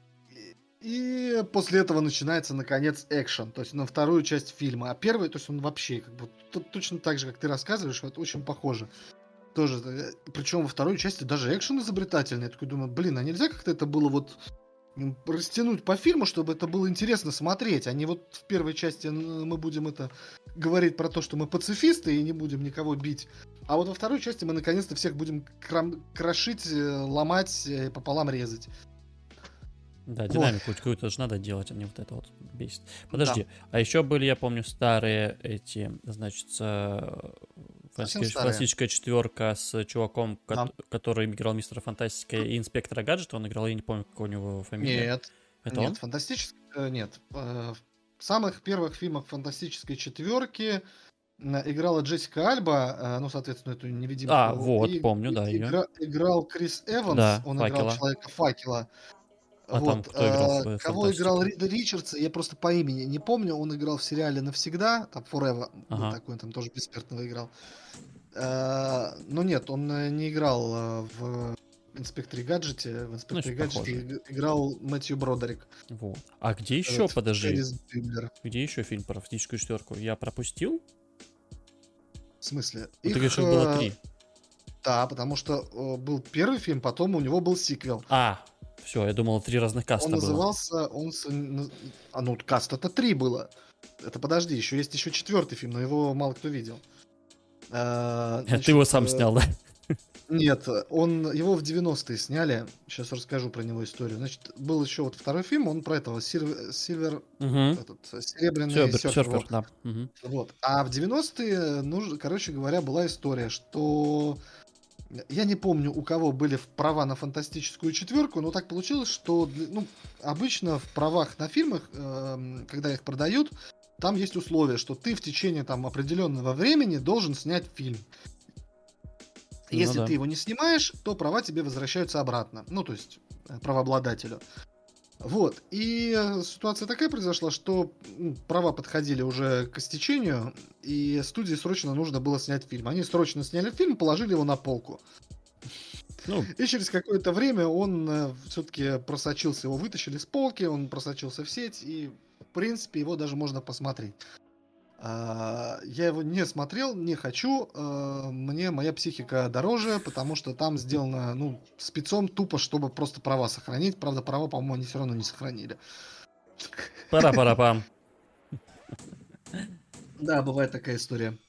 и после этого начинается, наконец, экшен, то есть на вторую часть фильма. А первый, то есть он вообще как бы точно так же, как ты рассказываешь, это очень похоже. Тоже, причем во второй части даже экшен изобретательный. Я такой думаю, блин, а нельзя как-то это было вот растянуть по фильму, чтобы это было интересно смотреть, а не вот в первой части мы будем это говорить про то, что мы пацифисты и не будем никого бить. А вот во второй части мы наконец-то всех будем крошить, ломать и пополам резать. Да, динамику какую-то же надо делать, а не вот это вот бесит. Подожди, а еще были, я помню, старые эти, значит, фантастическая четверка с чуваком, который играл Мистера Фантастика и Инспектора Гаджета, он играл, я не помню, какой у него фамилия. Нет, это он? Фантастическая, нет. В самых первых фильмах Фантастической четверки играла Джессика Альба, ну, соответственно, эту невидимку. Вот, помню, да, ее. Играл Крис Эванс, да, он Факела. играл Человека-факела. А там кто играл в кого играл Рида Ричардса, я просто по имени не помню. Он играл в сериале «Навсегда», там «Forever», был такой, он там тоже бессмертного играл. Но нет, он не играл в «Инспекторе Гаджете». В «Инспекторе Гаджете» играл Мэтью Бродерик. Вот. А где еще, подожди, где еще фильм про фантастическую четверку? Я пропустил? В смысле? Ты говоришь, их было 3. Да, потому что был первый фильм, потом у него был сиквел. Все, я думал, 3 разных каста было. Он назывался... каст это 3 было. Это подожди, есть еще 4-й фильм, но его мало кто видел. Ты его сам снял, да? Нет, его в 90-е сняли. Сейчас расскажу про него историю. Значит, был еще вот второй фильм, он про этого серебряный серфер. Да. Вот. А в 90-е, короче говоря, была история, что я не помню, у кого были права на фантастическую четверку, но так получилось, что обычно в правах на фильмах, когда их продают, там есть условие, что ты в течение там определенного времени должен снять фильм. Если ты его не снимаешь, то права тебе возвращаются обратно. Ну, то есть правообладателю. Вот. И ситуация такая произошла, что права подходили уже к истечению, и студии срочно нужно было снять фильм. Они срочно сняли фильм, положили его на полку. И через какое-то время он все-таки просочился, его вытащили с полки, он просочился в сеть, и в принципе его даже можно посмотреть. Я его не смотрел, не хочу. Мне моя психика дороже, потому что там сделано, спецом тупо, чтобы просто права сохранить. Правда, права, по-моему, они все равно не сохранили. Пара-пара-пам. Да, бывает такая история.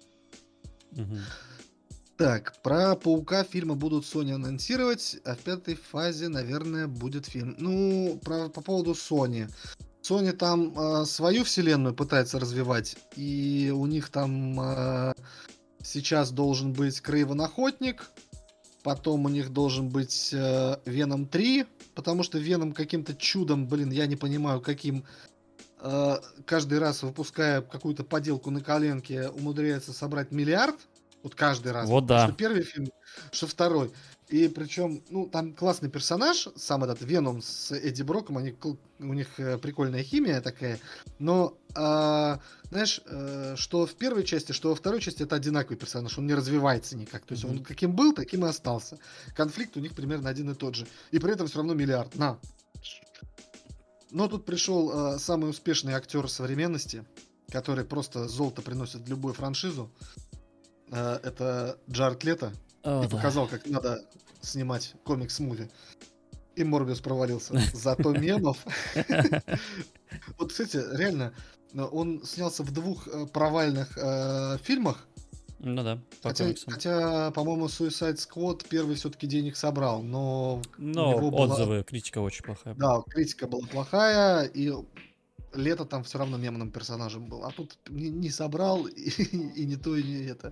Так, про Паука фильмы будут Sony анонсировать, а в 5-й фазе, наверное, будет фильм. По поводу Sony. Sony там свою вселенную пытается развивать, и у них там сейчас должен быть Крейвен Охотник, потом у них должен быть Веном 3, потому что Веном каким-то чудом, я не понимаю, каким, каждый раз, выпуская какую-то поделку на коленке, умудряется собрать миллиард. Вот каждый раз. Вот да. Что первый фильм, что второй. И причем, там классный персонаж, сам этот Веном с Эдди Броком, у них прикольная химия такая. Но, знаешь, что в первой части, что во второй части это одинаковый персонаж, он не развивается никак. То есть он каким был, таким и остался. Конфликт у них примерно один и тот же. И при этом все равно миллиард. На. Но тут пришел самый успешный актер современности, который просто золото приносит в любую франшизу. Это Джаред Лето. И О, да. показал, как надо снимать комикс-муви. И Морбиус провалился. Зато мемов... Вот, кстати, реально, он снялся в 2 провальных фильмах. Ну да, по Хотя, комиксам. по-моему, Suicide Squad первый все-таки денег собрал, но у Но него была... отзывы, критика очень плохая. Да, критика была плохая, и Лето там все равно мемным персонажем был. А тут не собрал, и не то, и не это.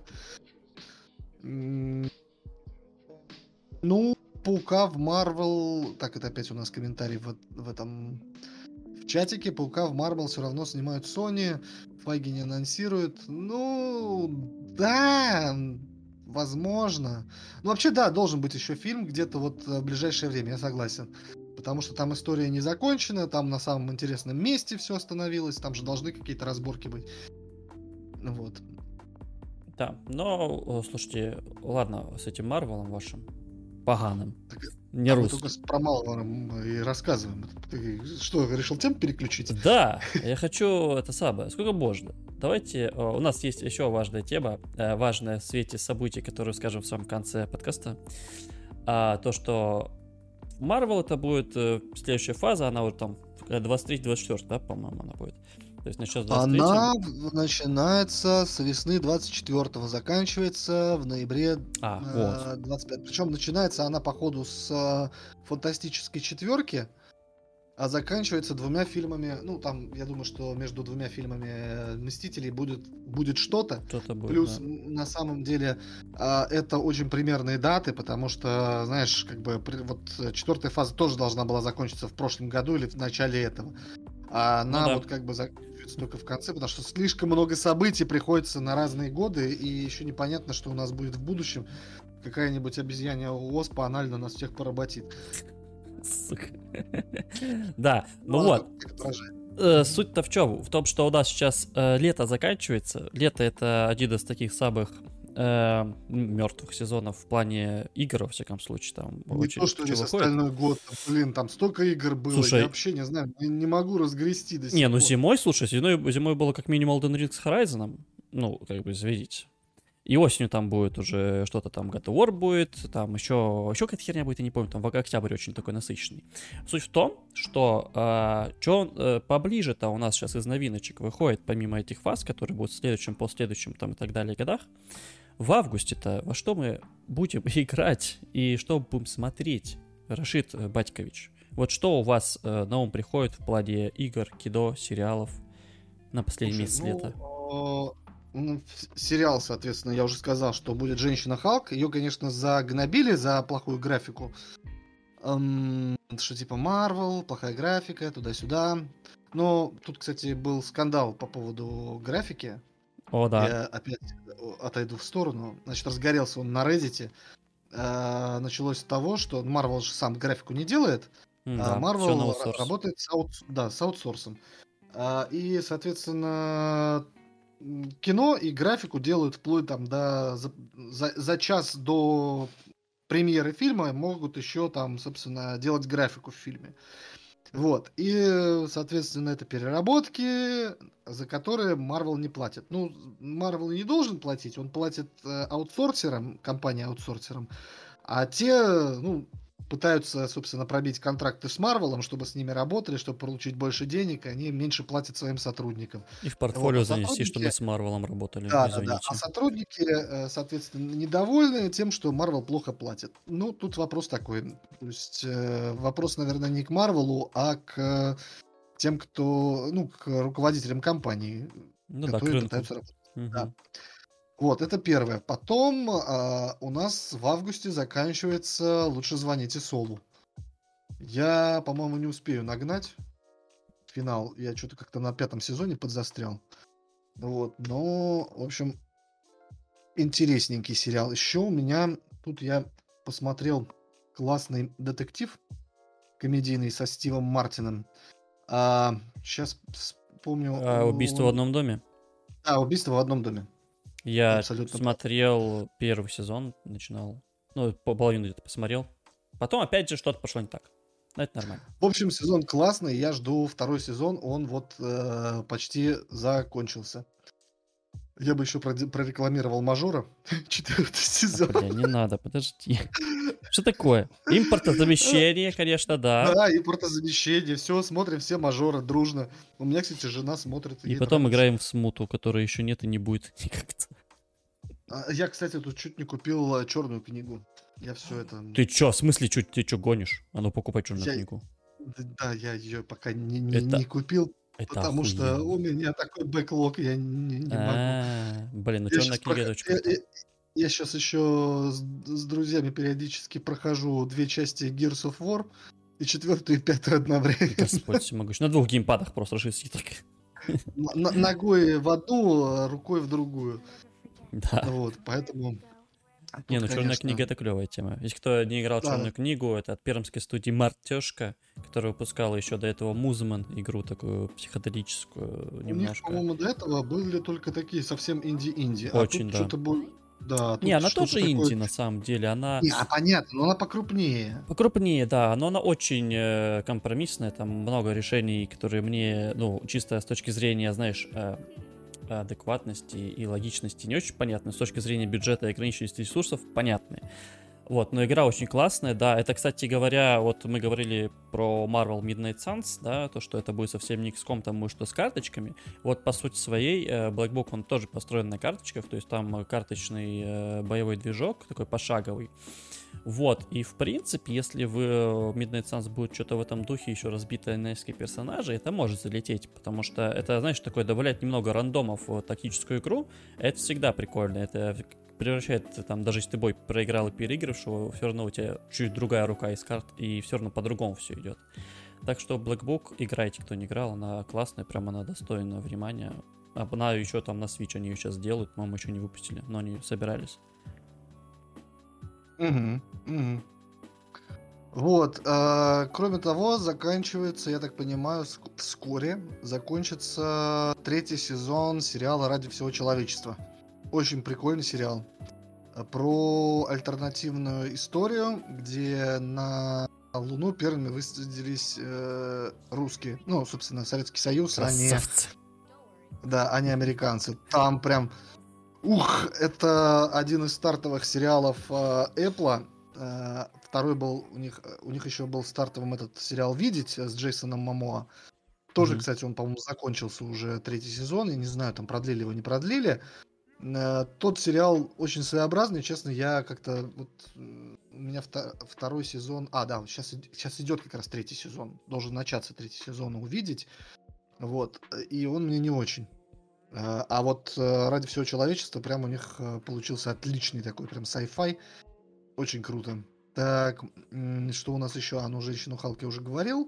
Ну, Паука в Марвел... Так, это опять у нас комментарий в этом... В чатике. Паука в Марвел все равно снимают Sony. Файги не анонсируют. Ну, да, возможно. Ну, вообще, да, должен быть еще фильм где-то вот в ближайшее время, я согласен. Потому что там история не закончена, там на самом интересном месте все остановилось, там же должны какие-то разборки быть. Вот. Да, но, слушайте, ладно, с этим Марвелом вашим поганым, Так, не а мы русским. только про Малваром и рассказываем. Ты что, решил тему переключить? Да, я хочу это самое, сколько можно. Давайте, у нас есть еще важная тема, важная в свете событий, которую скажем в самом конце подкаста. То, что Marvel это будет следующая фаза, она вот там 23-24, да, по-моему, она будет. То есть начнется с 23-м. Она начинается с весны 24-го, заканчивается в ноябре Вот. 25. Причем начинается она, походу, с фантастической четверки, а заканчивается 2 фильмами. Ну, там, я думаю, что между 2 фильмами Мстителей будет что-то. Что-то будет, Плюс, да. на самом деле, это очень примерные даты, потому что, знаешь, как бы вот 4-я фаза тоже должна была закончиться в прошлом году или в начале этого. А она да. вот как бы заканчивается только в конце, потому что слишком много событий приходится на разные годы, и еще непонятно, что у нас будет в будущем. Какая-нибудь обезьянья оспа анально нас всех поработит. Сука. Да, ну Ладно, вот. как отражает. Суть-то в чем? В том, что у нас сейчас лето заканчивается. Лето это один из таких самых мертвых сезонов в плане игр, во всяком случае. Там Не очень то, что что весь выходит. остальной год. Блин, там столько игр было, Слушай, я вообще не знаю, не могу разгрести до не, сих ну пор. зимой, слушай, зимой было как минимум Elden Ring с Horizon. Ну, как бы, заведите. И осенью там будет уже что-то там, God of War будет, там еще какая-то херня будет, я не помню, там октябрь очень такой насыщенный. Суть в том, что поближе-то у нас сейчас из новиночек выходит, помимо этих фаз, которые будут в следующем, последующем там и так далее годах, в августе-то во что мы будем играть и что будем смотреть, Рашид Батькович? Вот что у вас на ум приходит в плане игр, кино, сериалов на последний месяц лета? Сериал, соответственно, я уже сказал, что будет «Женщина Халк». Ее, конечно, загнобили за плохую графику. Что типа Марвел, плохая графика, туда-сюда. Но тут, кстати, был скандал по поводу графики. О, да. Я опять отойду в сторону. Значит, разгорелся он на Reddit. Началось с того, что Marvel же сам графику не делает, а Да, всё на Marvel аутсорс. работает с аутсорсом. И, соответственно, кино и графику делают вплоть там за час до премьеры фильма могут еще там, собственно, делать графику в фильме. Вот. И, соответственно, это переработки, за которые Marvel не платит. Ну, Marvel не должен платить, он платит аутсорсерам, компании-аутсорсерам, а те, ну, пытаются, собственно, пробить контракты с Марвелом, чтобы с ними работали, чтобы получить больше денег, и они меньше платят своим сотрудникам. И в портфолио Вот, занести, что мы с Марвелом работали, да. извините. А сотрудники, соответственно, недовольны тем, что Marvel плохо платит. Ну, тут вопрос такой. То есть вопрос, наверное, не к Марвелу, а к тем, кто, ну, к руководителям компании, Ну да, к которые рынку. пытаются работать. Да. Мгм. Вот, это первое. Потом у нас в августе заканчивается «Лучше звоните Солу». Я, по-моему, не успею нагнать финал. Я что-то как-то на 5-м сезоне подзастрял. Вот, но, в общем, интересненький сериал. Еще у меня, тут я посмотрел классный детектив комедийный со Стивом Мартином. Сейчас вспомню. «Убийство в одном доме». «Убийство в одном доме». Я Абсолютно. смотрел первый сезон, начинал. Ну, половину где-то посмотрел. Потом опять же что-то пошло не так. Ну, это нормально. В общем, сезон классный, я жду второй сезон, он вот почти закончился. Я бы еще прорекламировал Мажора, четвертый сезон. Бля, не надо, подожди. Что такое? Импортозамещение, конечно, да. Да, импортозамещение, все, смотрим все Мажора дружно. У меня, кстати, жена смотрит, И ей потом нравится. играем в смуту, которой еще нет и не будет никогда. Я, кстати, тут чуть не купил черную книгу. Я все это... Ты чё, в смысле, ты чё гонишь? А ну покупай черную Я, книгу. да, я ее пока Это, не купил, это потому что охуенно. у меня такой бэклог, я не могу. Блин, ну Я черная сейчас, книга это очень круто. я сейчас еще с друзьями периодически прохожу 2 части Gears of War и 4-ю и 5-ю одновременно. Господь всемогущий. На 2 геймпадах просто решить так. Ногой в одну, а рукой в другую. Да. Вот, поэтому... Не, Тут, ну черная конечно, книга это клевая тема. Если кто не играл в да, черную книгу, это от пермской студии Мартешка, которая выпускала еще до этого Музман, игру такую психоделическую у них, немножко. по-моему, до этого были только такие совсем инди-инди. А Очень, тут да. что-то было... Да, Не, тут она что-то тоже такое... инди на самом деле. Она Не, понятно, но она покрупнее. покрупнее, да, но она очень компромиссная. Там много решений, которые мне, ну, чисто с точки зрения, знаешь, адекватности и логичности не очень понятны. С точки зрения бюджета и ограниченности ресурсов понятны. Вот, но игра очень классная, да. Это, кстати говоря, вот мы говорили про Marvel Midnight Suns, да, то, что это будет совсем не XCOM, там будет что с карточками. Вот, по сути своей, Black Book, он тоже построен на карточках, то есть там карточный боевой движок, такой пошаговый. Вот, и в принципе, если в Midnight Suns будет что-то в этом духе, еще разбитое на несколько персонажей, это может залететь, потому что это, знаешь, такое добавляет немного рандомов в тактическую игру, это всегда прикольно, это превращает, там, даже если ты бой проиграл и переигравшего, все равно у тебя чуть другая рука из карт, и все равно по-другому все идет. Так что Black Book, играйте, кто не играл, она классная, прям она достойна внимания. Она еще там на Switch, они ее сейчас делают, по-моему, еще не выпустили, но они собирались. Угу, угу. Вот, кроме того, заканчивается, я так понимаю, вскоре закончится 3-й сезон сериала «Ради всего человечества». Очень прикольный сериал. Про альтернативную историю, где на Луну первыми высадились русские. Ну, собственно, Советский Союз, Красавцы. а не американцы. Там прям... это один из стартовых сериалов Apple. Второй был у них еще был стартовым этот сериал «Видеть» с Джейсоном Момоа. Тоже, кстати, он, по-моему, закончился уже 3-й сезон. Я не знаю, там продлили его, не продлили. Тот сериал очень своеобразный. Честно, я как-то... Вот, у меня второй сезон... да, сейчас идет как раз 3-й сезон. Должен начаться 3-й сезон «Увидеть». Вот. И он мне не очень. А вот «Ради всего человечества» прям у них получился отличный такой прям sci-fi. Очень круто. Так, что у нас еще? Ну, «Женщину Халк» я уже говорил.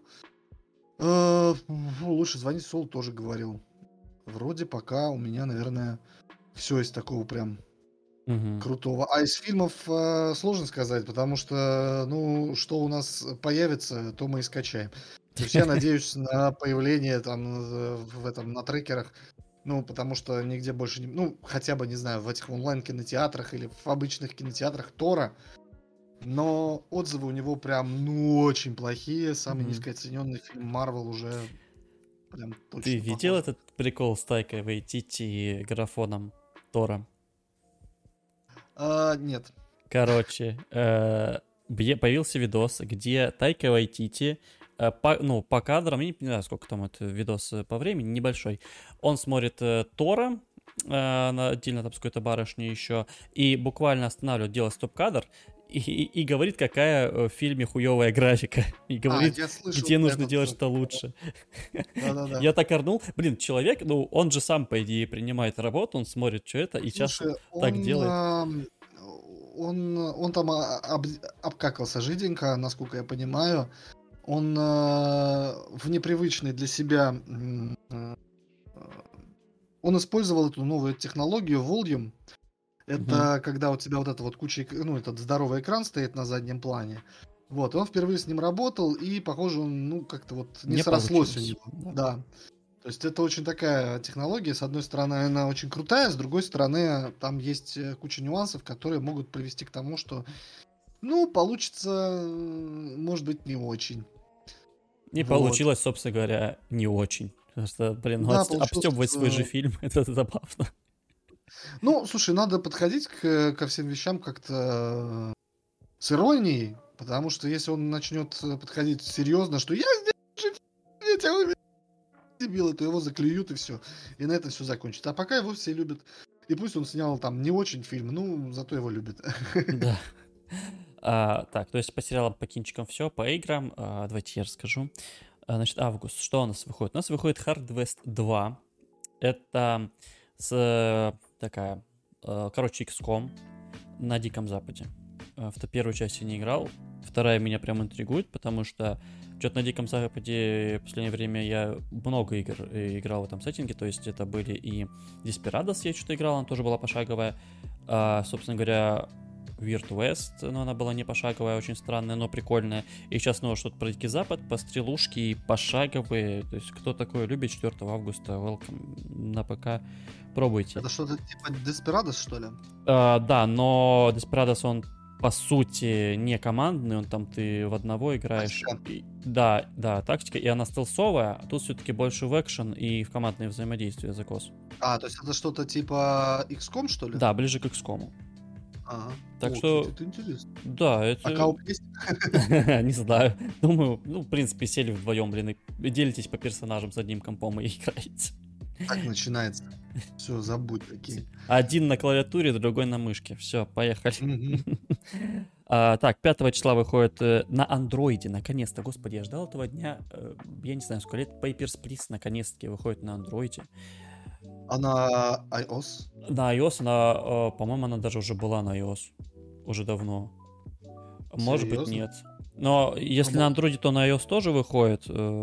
«Лучше звонить Солу» тоже говорил. Вроде пока у меня, наверное, все из такого прям крутого. А из фильмов сложно сказать, потому что, ну, что у нас появится, то мы и скачаем. То есть я надеюсь на появление там на трекерах. Ну, потому что нигде больше не... Ну, хотя бы, не знаю, в этих онлайн-кинотеатрах или в обычных кинотеатрах Тора. Но отзывы у него прям, ну, очень плохие. Самый низкооцененный фильм Марвел уже прям точно. Ты видел этот прикол с Тайкой Вайтити и графоном Тора? Нет. Короче, появился видос, где Тайка Вайтити по кадрам, я не знаю, сколько там это видос по времени, небольшой. Он смотрит Тора, отдельно там с какой-то барышней еще, и буквально останавливает, делает стоп-кадр, и говорит, какая в фильме хуевая графика. И говорит, где нужно делать что лучше. Да-да-да. Я так орнул. Блин, человек, ну, он же сам, по идее, принимает работу, он смотрит, что это, и сейчас так делает. Он там обкакался жиденько, насколько я понимаю. Он в непривычной для себя... Он использовал эту новую технологию Volume. Это когда у тебя вот эта вот куча... Ну, этот здоровый экран стоит на заднем плане. Вот, он впервые с ним работал, и, похоже, он, ну, как-то вот не срослось у него. Да. То есть это очень такая технология. С одной стороны, она очень крутая, с другой стороны, там есть куча нюансов, которые могут привести к тому, что, ну, получится, может быть, не очень. И Вот. получилось, собственно говоря, не очень. Потому что, блин, ну Да, обстебывать свой же получилось. фильм, это забавно. Ну, слушай, надо подходить ко всем вещам как-то с иронией, потому что если он начнет подходить серьезно, что я здесь я тебя убил, дебила, то его заклюют и все. И на этом все закончится. А пока его все любят. И пусть он снял там не очень фильм, ну, зато его любят. Да. Так, то есть по сериалам, по кинчикам все, по играм. Давайте я расскажу. Значит, август. Что у нас выходит? У нас выходит Hard West 2. Это такая, короче, XCOM на Диком Западе. В первую часть я не играл. Вторая меня прям интригует, потому что что-то на Диком Западе в последнее время я много игр играл в этом сеттинге. То есть это были и Desperados, я что-то играл, она тоже была пошаговая. Собственно говоря, Weird West, но она была не пошаговая, очень странная, но прикольная. И сейчас снова что-то про Дикий Запад, по стрелушке и пошаговые. То есть кто такое любит, 4 августа, welcome на ПК, пробуйте. Это что-то типа Desperados, что ли? Да, но Desperados, он по сути не командный, он там ты в одного играешь. Да, тактика, и она стелсовая, а тут все-таки больше в экшен и в командное взаимодействие закос. То есть это что-то типа XCOM, что ли? Да, ближе к XCOM. Ага. Так что... Это интересно. Да, это... А кауп есть? Не знаю. Думаю, ну, в принципе, сели вдвоем, блин, и делитесь по персонажам с одним компом и играете. Так начинается. Все, забудь такие. Один на клавиатуре, другой на мышке. Все, поехали. Так, 5 числа выходит на андроиде, наконец-то. Господи, я ждал этого дня, я не знаю, сколько лет. Papers, Please наконец-таки выходит на андроиде. А на iOS? На iOS она, по-моему, она даже уже была на iOS. Уже давно. Может быть, нет. Но если на андроиде, то на iOS тоже выходит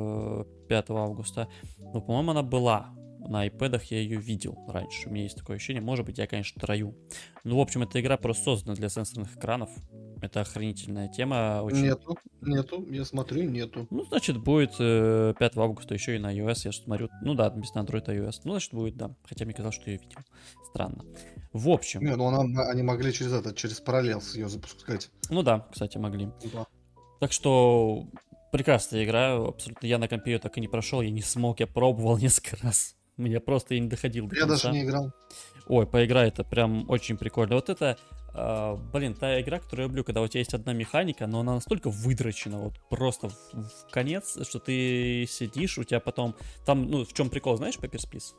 5 августа. Но, по-моему, она была. На iPad'ах я ее видел раньше. У меня есть такое ощущение. Может быть, я, конечно, трою. Ну, в общем, эта игра просто создана для сенсорных экранов. Это охренительная тема. Очень... Нету. Я смотрю, нету. Ну, значит, будет 5 августа еще и на iOS. Я смотрю. Ну да, без на Android iOS. Ну, значит, будет, да. Хотя мне казалось, что я видел. Странно. В общем. Не, ну они могли через параллелс ее запускать. Ну да, кстати, могли. Да. Так что прекрасная игра. Абсолютно я на компе ее так и не прошел. Я не смог, я пробовал несколько раз. Меня просто и не доходил до конца. Я даже не играл. Ой, поиграй, это прям очень прикольно. Вот это, блин, та игра, которую я люблю, когда у тебя есть одна механика, но она настолько выдрочена, вот просто в конец, что ты сидишь, у тебя потом... Там, ну, в чем прикол, знаешь, Papers, Please?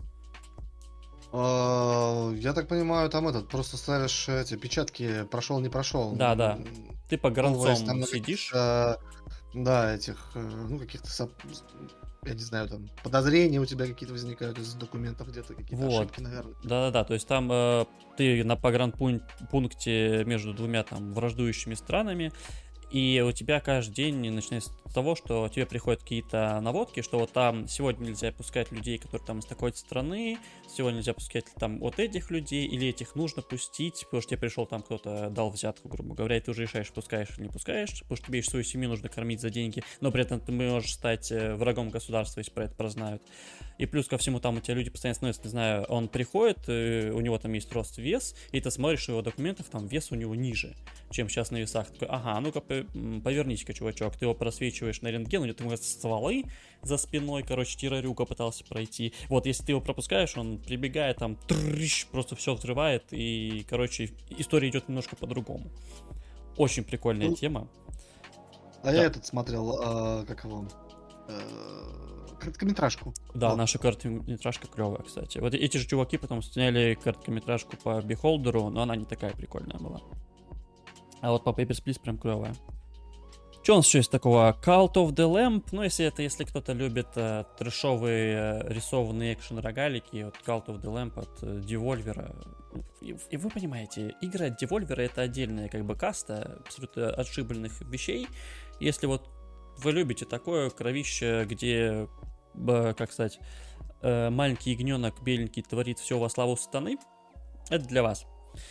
Я так понимаю, там просто ставишь эти печатки, прошел, не прошел. Да. Ты по гранцам там сидишь. Да, этих, ну, каких-то, я не знаю, там, подозрения у тебя какие-то возникают из документов, где-то какие-то ошибки, наверное. Да, то есть там ты на погранпункте между двумя там враждующими странами, и у тебя каждый день начинается с того, что тебе приходят какие-то наводки, что вот там сегодня нельзя пускать людей, которые там из такой страны, сегодня нельзя пускать там вот этих людей, или этих нужно пустить, потому что тебе пришел там кто-то, дал взятку, грубо говоря, и ты уже решаешь, пускаешь или не пускаешь, потому что тебе еще свою семью нужно кормить за деньги, но при этом ты можешь стать врагом государства, если про это прознают. И плюс ко всему там у тебя люди постоянно становятся, не знаю, он приходит, у него там есть рост, вес, и ты смотришь, что в его документах там вес у него ниже, чем сейчас на весах. Такой, ага, ну-ка повернись-ка, чувачок. Ты его просвечиваешь на рентген, у него там стволы за спиной, короче, террорюка пытался пройти. Вот, если ты его пропускаешь, он прибегает, там, просто все взрывает, и, короче, история идет немножко по-другому. Очень прикольная тема. А я этот смотрел, как его... короткометражку. Да, вот. Наша короткометражка клевая, кстати. Вот эти же чуваки потом сняли короткометражку по Beholder, но она не такая прикольная была. А вот по Papers, Please прям клевая. Что у нас еще есть такого? Cult of the Lamb. Ну, если кто-то любит трэшовые рисованные экшен-рогалики, вот Cult of the Lamb от Devolver. И вы понимаете, игры от Devolver — это отдельная как бы каста абсолютно отшибленных вещей. Если вот вы любите такое кровище, где, как сказать, маленький ягненок беленький творит все во славу сатаны, это для вас.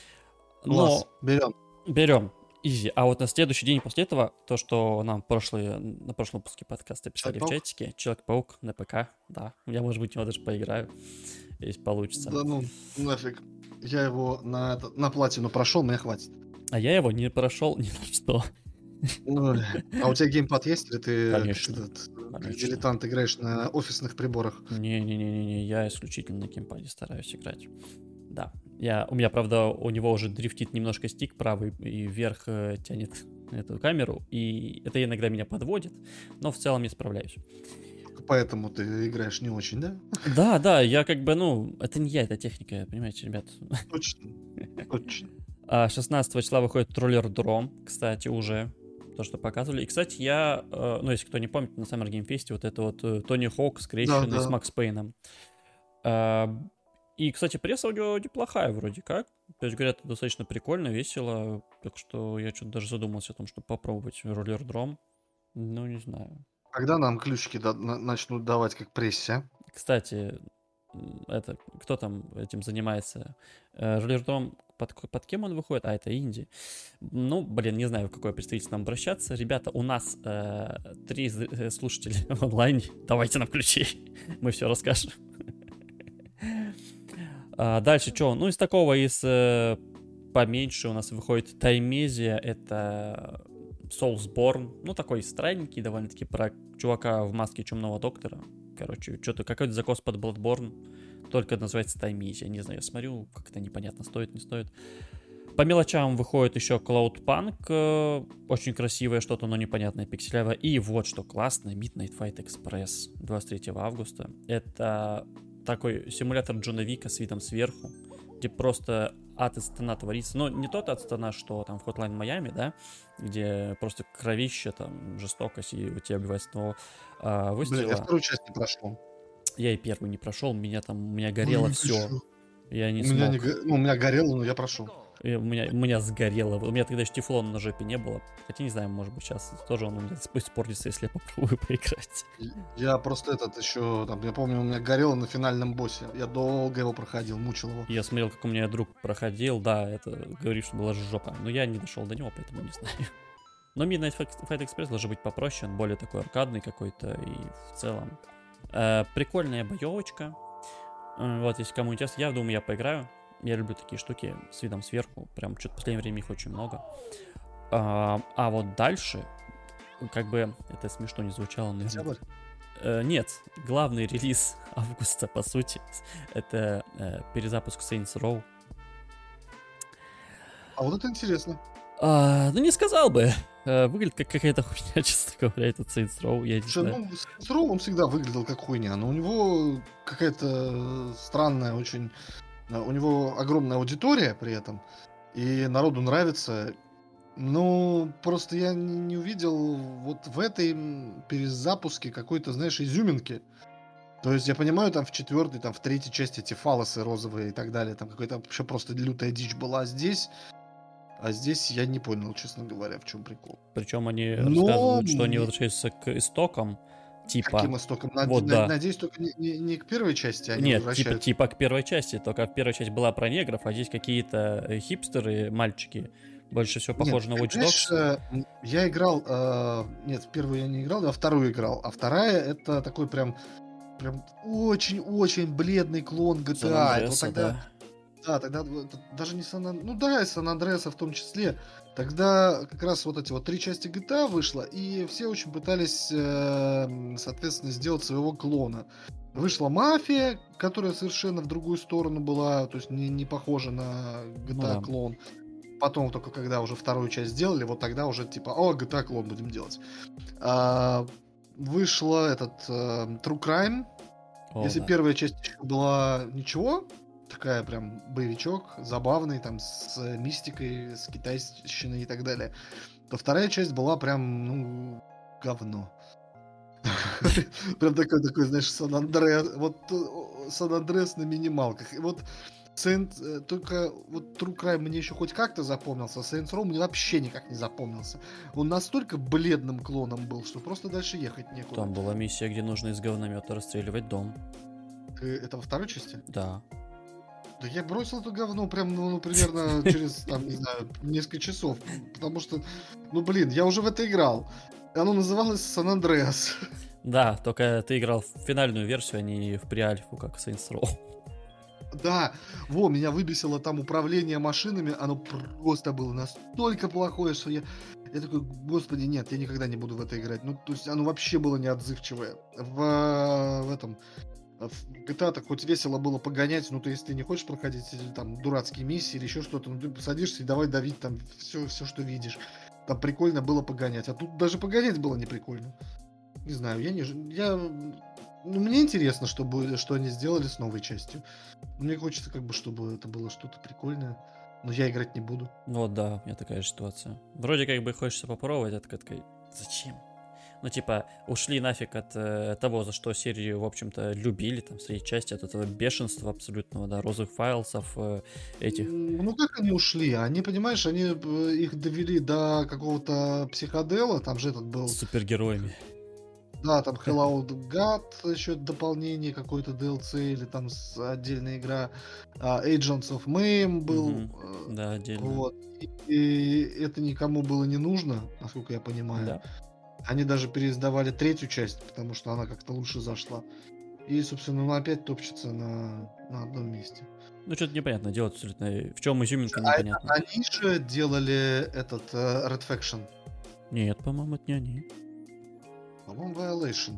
Но берем. Изи. А вот на следующий день после этого, то, что нам на прошлом выпуске подкаста писали в чатике, Человек-паук на ПК, да. Я, может быть, его даже поиграю, если получится. Да ну, нафиг. Я его на платину прошел, мне хватит. А я его не прошел ни на что. А у тебя геймпад есть, или ты... Конечно. как конечно. дилетант играешь на офисных приборах. Не-не-не-не, я исключительно на геймпаде стараюсь играть. Да. У меня, правда, у него уже дрифтит немножко стик правый и вверх тянет эту камеру, и это иногда меня подводит, но в целом я справляюсь. Поэтому ты играешь не очень, да? Да, я как бы, это не я, это техника, понимаете, ребят. Точно, точно. 16 числа выходит Roller Drome, кстати, уже. То, что показывали. И, кстати, если кто не помнит, на Summer Game Fest вот это вот Тони Хоук скрещенный с Макс Пейном. И, кстати, пресса у него неплохая вроде как. То есть, говорят, достаточно прикольно, весело. Так что я что-то даже задумался о том, чтобы попробовать Roller Drome. Ну, не знаю. Когда нам ключики начнут давать как прессе, а? Кстати, кто там этим занимается? Roller Drome, под кем он выходит? Это инди. Не знаю, в какое представительство нам обращаться. Ребята, у нас 3 слушателя в онлайне. Давайте нам ключи. Мы все расскажем. Дальше что? Из такого, поменьше у нас выходит Таймезия. Это Soulsborne. Такой странненький довольно-таки, про чувака в маске Чумного Доктора. Короче, что-то какой-то закос под Bloodborne. Только называется Таймезия. Не знаю, я смотрю, как-то непонятно, стоит, не стоит. По мелочам выходит еще Cloudpunk. Очень красивое что-то, но непонятное, пикселевое. И вот что классно, Midnight Fight Express 23 августа. Это такой симулятор Джона Вика с видом сверху, где просто ад из стена творится. Но не тот ад стена, что там в Hotline Miami, да, где просто кровище, там, жестокость, и у тебя убивает с одного выстрела. Блин, я вторую часть не прошел. Я и первую не прошел, у меня горело все. Я не смог. У меня горело, но я прошел. У меня сгорело. У меня тогда еще тефлона на жопе не было. Хотя не знаю, может быть, сейчас тоже он у меня испортится, если я попробую поиграть. Я просто еще, я помню, у меня горело на финальном боссе. Я долго его проходил, мучил его. Я смотрел, как у меня друг проходил. Да, это говорит, что была жопа. Но я не дошел до него, поэтому не знаю. Но Midnight Fight Express должен быть попроще. Он более такой аркадный какой-то. И в целом прикольная боевочка. Вот, если кому интересно, я думаю, я поиграю. Я люблю такие штуки с видом сверху. Прям что-то в последнее время их очень много. А вот дальше, как бы это смешно не звучало, наверное. Нет, главный релиз августа, по сути, это перезапуск Saints Row. А вот это интересно. Не сказал бы. Выглядит как какая-то хуйня, честно говоря, этот Saints Row. Я не знаю. Saints Row он всегда выглядел как хуйня, но у него какая-то странная очень... У него огромная аудитория при этом, и народу нравится. Но просто я не увидел вот в этой перезапуске какой-то, знаешь, изюминки. То есть я понимаю, там в 4-й, там в 3-й части эти фалосы розовые и так далее, там какая-то вообще просто лютая дичь была. А здесь я не понял, честно говоря, в чем прикол. Причем они рассказывают, что они возвращаются к истокам. Типа. Каким истоком? Надеюсь, только не к первой части они возвращаются. Нет, типа к первой части. Только первая часть была про негров, а здесь какие-то хипстеры, мальчики. Больше всего похоже на Watch Dogs. Я играл... Нет, в первую я не играл, а вторую играл. А вторая это такой прям очень-очень бледный клон GTA. Вот тогда... Да, тогда даже не Сан Андреаса в том числе. Тогда как раз вот эти вот 3 части GTA вышло, и все очень пытались, соответственно, сделать своего клона. Вышла Мафия, которая совершенно в другую сторону была, то есть не похожа на GTA клон. Потом только когда уже вторую часть сделали, вот тогда уже типа, GTA клон будем делать. Вышла True Crime. Если первая часть еще была ничего, такая прям боевичок, забавный, там, с мистикой, с китайщиной и так далее, то вторая часть была прям, говно. Прям такой, знаешь, Сан-Андреас, вот Сан-Андреас на минималках. И вот только вот True Crime мне еще хоть как-то запомнился, а Saints Row мне вообще никак не запомнился. Он настолько бледным клоном был, что просто дальше ехать некуда. Там была миссия, где нужно из говномета расстреливать дом. Это во второй части? Да. Да я бросил это говно прям, примерно через, там, не знаю, несколько часов. Потому что, я уже в это играл. Оно называлось Сан-Андреас. Да, только ты играл в финальную версию, а не в преальфу, как Saints Row. Да, меня выбесило там управление машинами. Оно просто было настолько плохое, что Я такой, господи, нет, я никогда не буду в это играть. Ну, то есть оно вообще было неотзывчивое. В этом... В GTA-то хоть весело было погонять, ну, то если ты не хочешь проходить там дурацкие миссии или еще что-то, ну, ты садишься и давай давить там все, что видишь. Там прикольно было погонять. А тут даже погонять было не прикольно. Не знаю, ну, мне интересно, что они сделали с новой частью. Мне хочется, как бы, чтобы это было что-то прикольное. Но я играть не буду. Ну вот да, у меня такая же ситуация. Вроде как бы хочется попробовать, а такой, зачем? Ну, типа, ушли нафиг от того, за что серию, в общем-то, любили, там, в своей части, от этого бешенства абсолютного, да, розовых файлсов, этих. Ну, как они ушли? Они, понимаешь, они их довели до какого-то психодела, там же этот был... С супергероями. Да, там Hello God, еще дополнение, какой-то DLC, или там отдельная игра. Agents of Mayhem был. Да, отдельно. Вот. И это никому было не нужно, насколько я понимаю. Да. Они даже переиздавали третью часть, потому что она как-то лучше зашла. И, собственно, ну, опять топчется на одном месте. Ну, что-то непонятно делать абсолютно. В чем изюминка, непонятно. Они же делали этот Red Faction. Нет, по-моему, это не они. По-моему, Violation.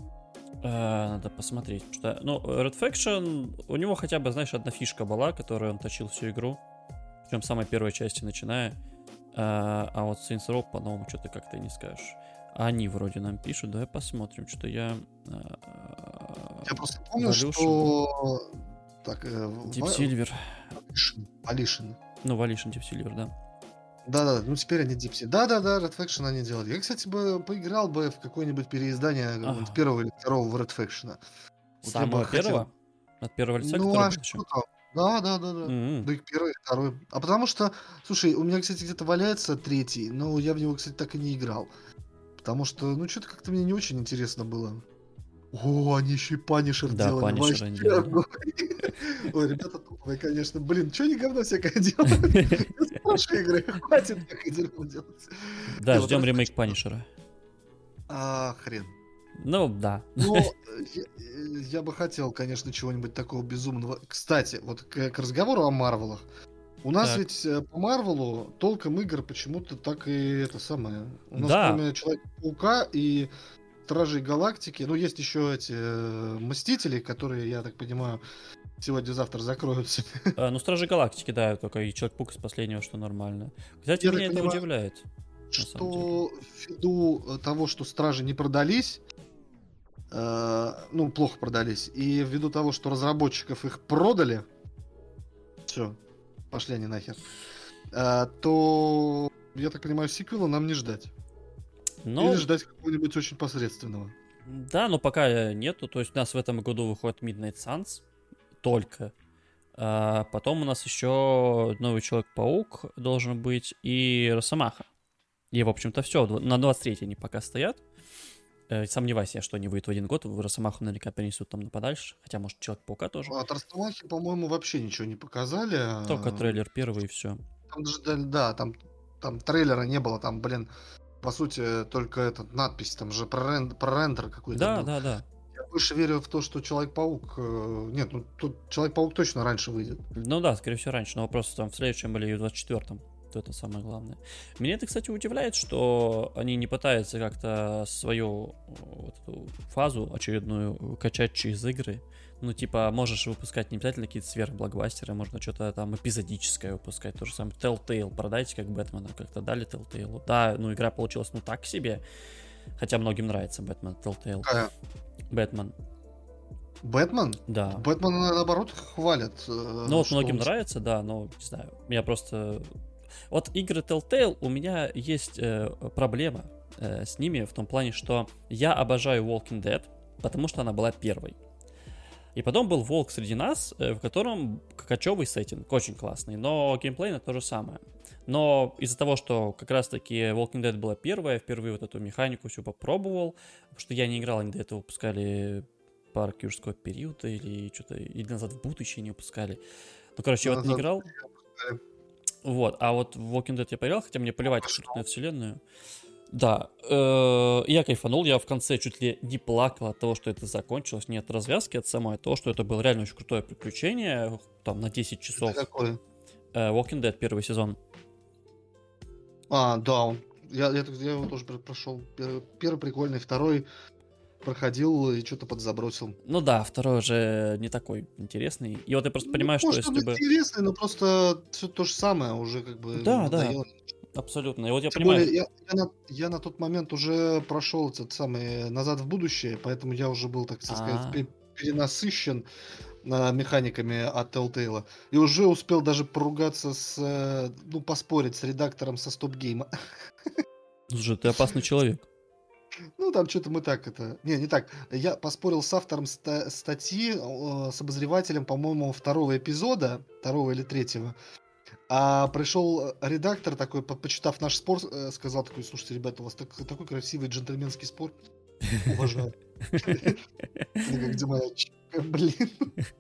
Надо посмотреть. Что... Ну, Red Faction, у него хотя бы, знаешь, одна фишка была, которую он точил всю игру. Причем с самой первой части начиная. А вот Saints Row, по-новому, что-то как-то не скажешь. А они вроде нам пишут. Давай посмотрим, что я... Я просто помню, что... Так, Deep Silver. Volition. Ну, Volition, Deep Silver, да. Да-да, ну теперь они Deep Silver. Да-да-да, Red Faction они делали. Я, кстати, бы поиграл бы в какое-нибудь переиздание первого или второго Red Faction. Вот самого первого? От первого лица, ну, который а что там? Да. Да их первый, второй. А потому что, слушай, у меня, кстати, где-то валяется третий, но я в него, кстати, так и не играл. Потому что, ну, что-то как-то мне не очень интересно было. О, они еще и Punisher делали. Да, Punisher они делали. Ой, ребята топовые, конечно. Блин, что они говно всякое делают? Хорошие игры, хватит так и дерьмо делать. Да, ждем ремейк Punisher. Хрен. Ну, да. Но я бы хотел, конечно, чего-нибудь такого безумного. Кстати, вот к разговору о Марвелах. У нас ведь по Марвелу толком игр почему-то так и это самое. У нас кроме Человека-паука и Стражей Галактики, ну, есть еще эти Мстители, которые, я так понимаю, сегодня-завтра закроются. Ну, Стражи Галактики, да, только и Человек-паук из последнего, что нормально. Кстати, меня это удивляет. Что ввиду того, что Стражи не продались, ну, плохо продались, и ввиду того, что разработчиков их продали, все, пошли они нахер, то, я так понимаю, сиквела нам не ждать. Или ждать какого-нибудь очень посредственного. Да, но пока нету. То есть у нас в этом году выходит Midnight Suns только. Потом у нас еще новый Человек-паук должен быть и Росомаха. И, в общем-то, все. На 23-й они пока стоят. Сомневаюсь я, что они выйдут в один год. Росомаху наверняка перенесут там на подальше. Хотя, может, Человек-паука тоже. От Росомахи, по-моему, вообще ничего не показали. Только трейлер первый и все. Там даже, да, там трейлера не было. Там, блин, по сути, только этот надпись, там же про рендер какой-то был. Да. Я больше верю в то, что Человек-паук... Нет, ну тут Человек-паук точно раньше выйдет. Ну да, скорее всего, раньше. Но вопрос там в следующем или в 24-м. То это самое главное. Меня это, кстати, удивляет, что они не пытаются как-то свою вот эту фазу очередную качать через игры. Ну, типа, можешь выпускать не обязательно какие-то сверхблокбастеры, можно что-то там эпизодическое выпускать. То же самое Telltale продайте, как Бэтмена, как-то дали Telltale. Да, ну, игра получилась, ну, так себе. Хотя многим нравится Бэтмен, Telltale. Бэтмен. Бэтмен? Да. Бэтмен, наоборот, хвалят. Ну, вот многим нравится, да, но, не знаю, я просто... Вот игры Telltale, у меня есть проблема с ними в том плане, что я обожаю Walking Dead, потому что она была первой. И потом был Волк среди нас, в котором качевый сеттинг, очень классный, но геймплейно то же самое. Но из-за того, что как раз-таки Walking Dead была первая, я впервые вот эту механику всю попробовал, потому что я не играл, они до этого выпускали парк юрского периода или что-то, или назад в будущее не выпускали. Ну, короче, я вот не играл. Вот, а вот в Walking Dead я поиграл, хотя мне плевать абсолютно на вселенную. Да, я кайфанул, я в конце чуть ли не плакал от того, что это закончилось, не от развязки, от самой, а от того, что это было реально очень крутое приключение, там, на 10 часов. Это какое? Walking Dead, первый сезон. Да, Я его тоже прошел. Первый прикольный, второй проходил и что-то подзабросил. Ну да, второй уже не такой интересный. И вот я просто Ну, понимаю, что может, он если бы... интересный, но просто все то же самое уже как бы Да, да, надоело. абсолютно. И вот я Тем понимаю... более, я на тот момент уже прошел этот самый «Назад в будущее», поэтому я уже был, так сказать, А, перенасыщен механиками от Telltale. И уже успел даже поругаться ну, поспорить с редактором со стоп-гейма. слушай, ты опасный человек. Ну, там что-то мы так это... Не так. Я поспорил с автором статьи, с обозревателем, по-моему, второго эпизода, второго или третьего. А пришел редактор такой, почитав наш спор, сказал такой: слушайте, ребята, у вас такой красивый джентльменский спор. Уважаю. Где моя чипка, блин.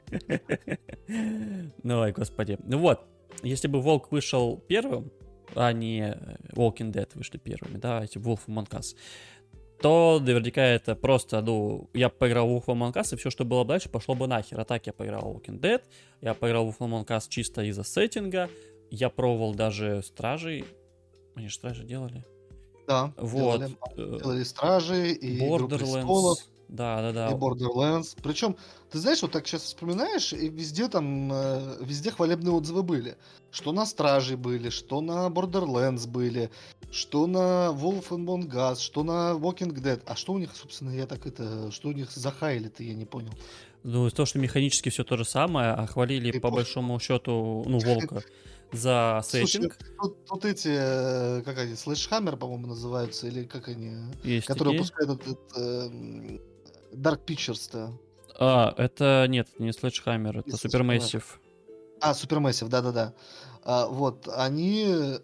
Ну, ой, господи. Ну вот, если бы Волк вышел первым, а не Walking Dead вышли первыми, да, эти Wolf Among Us, то наверняка это просто, ну, я поиграл в Wolf Among Us, и все, что было дальше, пошло бы нахер. А так я поиграл в Walking Dead, я поиграл в Wolf Among Us чисто из-за сеттинга, я пробовал даже Стражей, они же Стражи делали. Да, Вот. делали Стражи и Игру Престолов. Borderlands, да-да-да. И Borderlands. Причем, ты знаешь, вот так сейчас вспоминаешь, и везде там, везде хвалебные отзывы были. Что на Страже были, что на Borderlands были, что на Wolf Among Us, что на Walking Dead. А что у них, собственно, что у них захаяли-то, я не понял. Ну, то, что механически все то же самое, а хвалили И по большому счету, ну, Волка за Слушай, сеттинг. тут эти, как они, Слэшхаммер, по-моему, называются, или как они, Есть которые такие. выпускают Dark Pictures-то. А, это нет, не Sledgehammer, это Из Supermassive. Supermassive, да-да-да. Вот, они,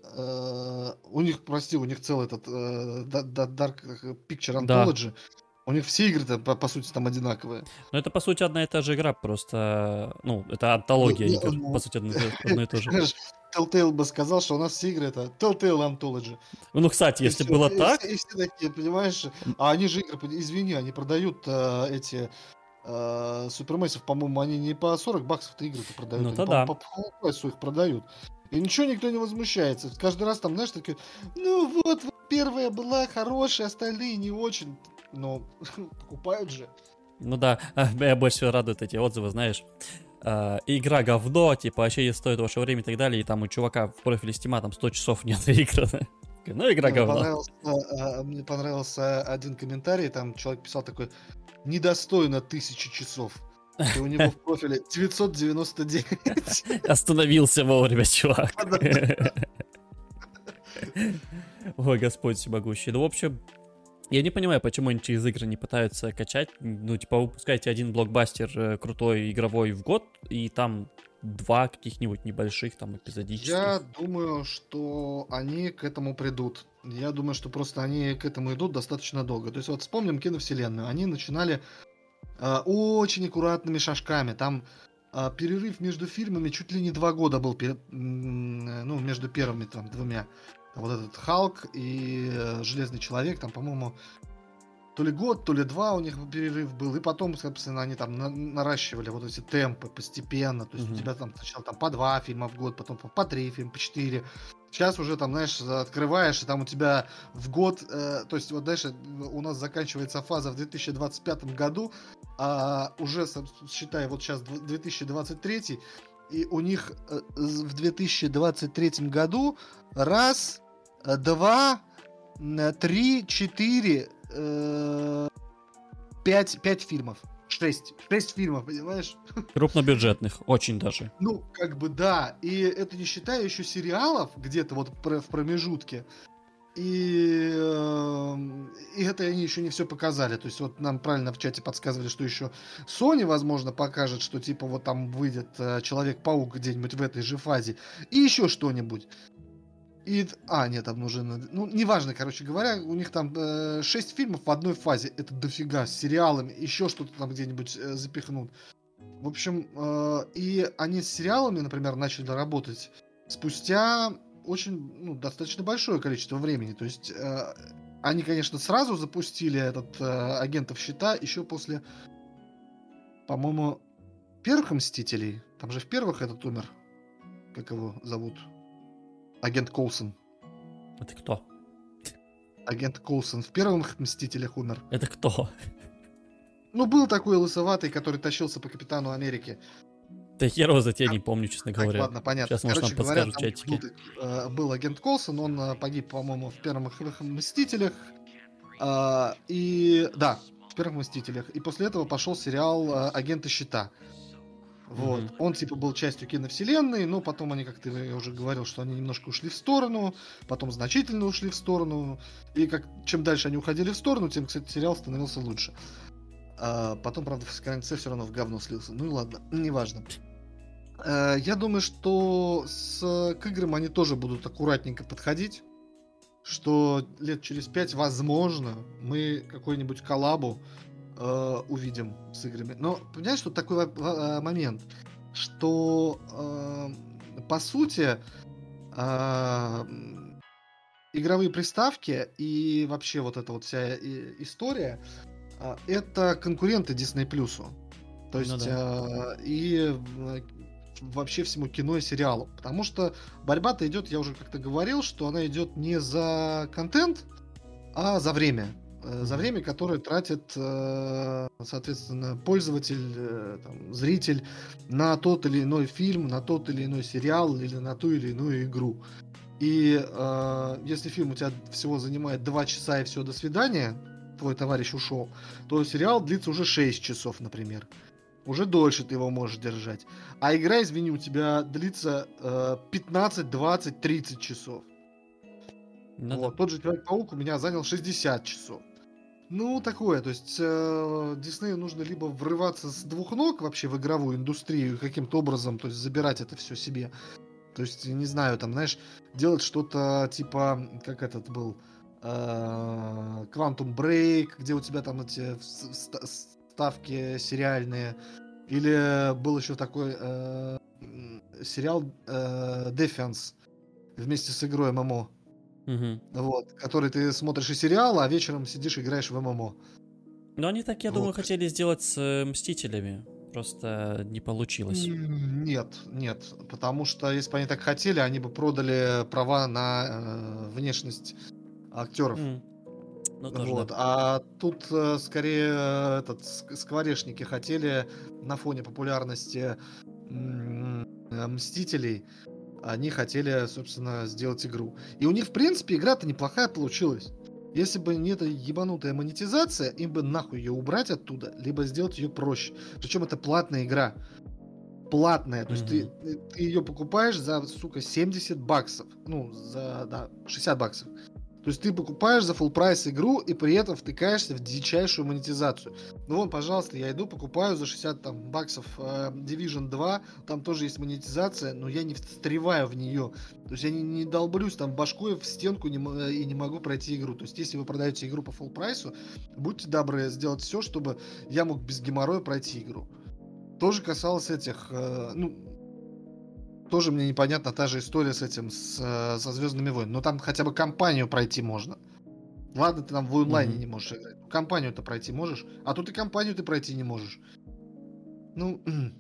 у них, прости, у них целый этот Dark Picture Да. Anthology, у них все игры-то, по сути, там одинаковые. Но это, по сути, одна и та же игра, просто, ну, это антология игр, по сути, одно и то же. Telltale бы сказал, что у нас все игры это Telltale Anthology. Ну, кстати, И если все, было так, и все такие, понимаешь, а они же игры, извини, они продают эти Supermassive, по-моему, они не по $40 игры-то продают, ну они, то да. по full прайсу их продают. И ничего никто не возмущается. Каждый раз там, знаешь, такие, ну вот, первая была хорошая, остальные не очень. Но покупают же. Ну да, меня больше всего радуют эти отзывы, знаешь. Игра говно, типа, вообще не стоит ваше время и так далее. И там у чувака в профиле Стима там 100 часов не отыграно. Ну, игра говно. Мне понравился один комментарий, там человек писал такой: недостойно 1000 часов. И у него в профиле 999. Остановился вовремя, чувак. Ой, Господь всемогущий. Ну, в общем, я не понимаю, почему они через игры не пытаются качать. Ну, типа, выпускайте один блокбастер крутой игровой в год, и там 2 каких-нибудь небольших, там, эпизодических. Я думаю, что они к этому придут. Я думаю, что просто они к этому идут достаточно долго. То есть вот вспомним киновселенную. Они начинали очень аккуратными шажками. Там перерыв между фильмами чуть ли не 2 года был, ну, между первыми там двумя. Вот этот Халк и Железный Человек, там, по-моему, то ли год, то ли 2 у них перерыв был. И потом, собственно, они там наращивали вот эти темпы постепенно. То есть у тебя там сначала там по 2 фильма в год, потом по 3 фильма, по 4. Сейчас уже там, знаешь, открываешь, и там у тебя в год, то есть вот дальше у нас заканчивается фаза в 2025 году, а уже, считай, вот сейчас 2023, и у них в 2023 году раз, два, 3, 4, 5 фильмов. 6 фильмов, понимаешь? Крупнобюджетных, очень даже. Ну, как бы да. И это не считая еще сериалов где-то вот в промежутке. И это они еще не все показали. То есть вот нам правильно в чате подсказывали, что еще Sony, возможно, покажет, что типа вот там выйдет Человек-паук где-нибудь в этой же фазе. И еще что-нибудь. Нет, там уже... Ну, неважно, короче говоря, у них там 6 фильмов в одной фазе. Это дофига, с сериалами, еще что-то там где-нибудь запихнут. В общем, и они с сериалами, например, начали работать спустя очень, достаточно большое количество времени. То есть они, конечно, сразу запустили этот Агентов Щита еще после, по-моему, первых Мстителей. Там же в первых этот умер. Как его зовут? Агент Коулсон. Это кто? Агент Коулсон в первых «Мстителях» умер. Это кто? Ну, был такой лысоватый, который тащился по Капитану Америки. Да хер его за тебя не помню, честно Так, говоря. ладно, понятно. Сейчас, может, нам Короче говоря, подскажут в там чатике. был агент Колсон, он погиб, по-моему, в первых «Мстителях». И да, в первых «Мстителях». И после этого пошел сериал «Агенты Щита». Вот. Мгм. Он типа был частью киновселенной, но потом они, как ты я уже говорил, что они немножко ушли в сторону, потом значительно ушли в сторону. И чем дальше они уходили в сторону, тем, кстати, сериал становился лучше. Потом, правда, в конце все равно в говно слился. Ну и ладно, неважно. Я думаю, что к играм они тоже будут аккуратненько подходить. Что лет через 5, возможно, мы какой-нибудь коллабу увидим с играми. Но понимаешь, что такой момент, что по сути игровые приставки и вообще вот эта вот вся история это конкуренты Disney+. То есть Ну да. и вообще всему кино и сериалу. Потому что борьба-то идет, я уже как-то говорил, что она идет не за контент, а за время. За время, которое тратит, соответственно, пользователь, там, зритель на тот или иной фильм, на тот или иной сериал или на ту или иную игру. И если фильм у тебя всего занимает 2 часа и все, до свидания, твой товарищ ушел, то сериал длится уже 6 часов, например. Уже дольше ты его можешь держать. А игра, извини, у тебя длится 15, 20, 30 часов. Ну Вот. да. Тот же Человек-паук у меня занял 60 часов. Ну, такое. То есть Диснею нужно либо врываться с двух ног вообще в игровую индустрию и каким-то образом, то есть забирать это все себе. То есть, не знаю, там, знаешь, делать что-то типа, как этот был, Quantum Break, где у тебя там эти ставки сериальные. Или был еще такой сериал Defense вместе с игрой ММО. Мгм. Вот, который ты смотришь и сериал, а вечером сидишь и играешь в ММО. Но они так, я Вот. думаю, хотели сделать с Мстителями. Просто не получилось. Нет, нет, потому что если бы они так хотели, они бы продали права на внешность актеров. Ну, тоже Вот. да. А тут скорее скворечники хотели на фоне популярности Мстителей, они хотели, собственно, сделать игру. И у них, в принципе, игра-то неплохая получилась. Если бы не эта ебанутая монетизация, им бы нахуй ее убрать оттуда, либо сделать ее проще. Причем это платная игра. Платная. То есть ты ее покупаешь за, сука, 70 баксов. Ну, да, 60 баксов. То есть ты покупаешь за full прайс игру и при этом втыкаешься в дичайшую монетизацию. Ну вон, пожалуйста, я иду, покупаю за 60 там, баксов Division 2, там тоже есть монетизация, но я не встреваю в нее. То есть я не долблюсь там башкой в стенку и не могу пройти игру. То есть если вы продаете игру по full прайсу, будьте добры сделать все, чтобы я мог без геморроя пройти игру. Тоже касалось этих, тоже мне непонятна та же история с этим, со Звездными войнами. Но там хотя бы кампанию пройти можно. Ладно, ты там в онлайне не можешь играть. Кампанию-то пройти можешь. А тут и кампанию ты пройти не можешь. Ну,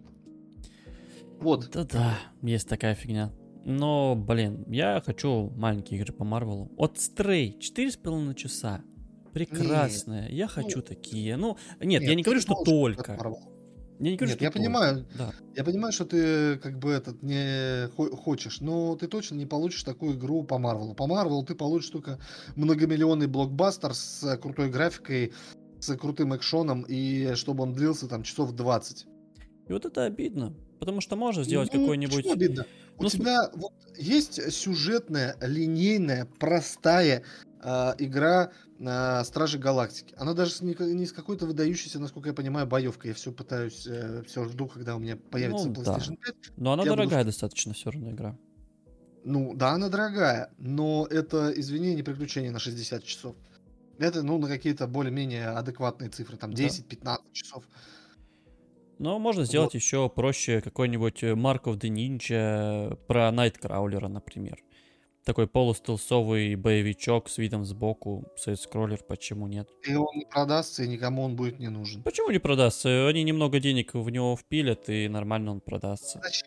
вот. Да, есть такая фигня. Но, блин, я хочу маленькие игры по Марвелу. Вот Stray, 4,5 часа. Прекрасная. Я хочу такие. Ну, нет, я не ты говорю, что получишь только. Я не говорю, Нет, что я только. понимаю. Да. Я понимаю, что ты как бы не хочешь, но ты точно не получишь такую игру по Марвелу. По Марвелу ты получишь только многомиллионный блокбастер с крутой графикой, с крутым экшоном, и чтобы он длился там часов 20. И вот это обидно. Потому что можно сделать какой-нибудь... Почему обидно? У Ну, тебя вот есть сюжетная, линейная, простая игра Стражи Галактики. Она даже не с какой-то выдающейся, насколько я понимаю, боевкой. Я все пытаюсь, все жду, когда у меня появится ну PlayStation да. 5. Но она Я буду дорогая достаточно все равно игра. Ну, да, она дорогая, но это, извини, не приключение на 60 часов. Это, на какие-то более-менее адекватные цифры, там Да. 10-15 часов. Но можно сделать еще проще какой-нибудь Mark of the Ninja про Найткраулера, например. Такой полустелсовый боевичок с видом сбоку, сайд-скроллер, почему нет? И он не продастся, и никому он будет не нужен. Почему не продастся? Они немного денег в него впилят, и нормально он продастся. Зачем?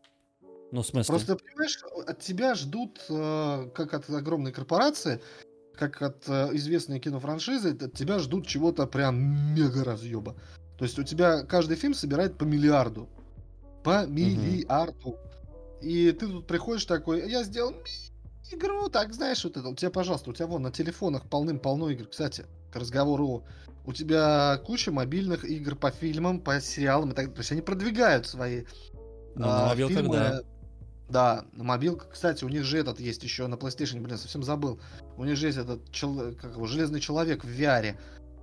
Ну, в смысле? Просто, понимаешь, от тебя ждут, как от огромной корпорации, как от известной кинофраншизы, от тебя ждут чего-то прям мега разъеба. То есть у тебя каждый фильм собирает по миллиарду. По миллиарду. И ты тут приходишь такой, я сделал игру, так, знаешь, вот это. У тебя, пожалуйста, у тебя вон на телефонах полным-полно игр. Кстати, к разговору, у тебя куча мобильных игр по фильмам, по сериалам и так далее. То есть они продвигают свои Ну, на мобилках, фильмы. да. Да, на мобилках. Кстати, у них же этот есть еще на PlayStation, блин, совсем забыл. У них же есть этот как его, Железный человек в VR.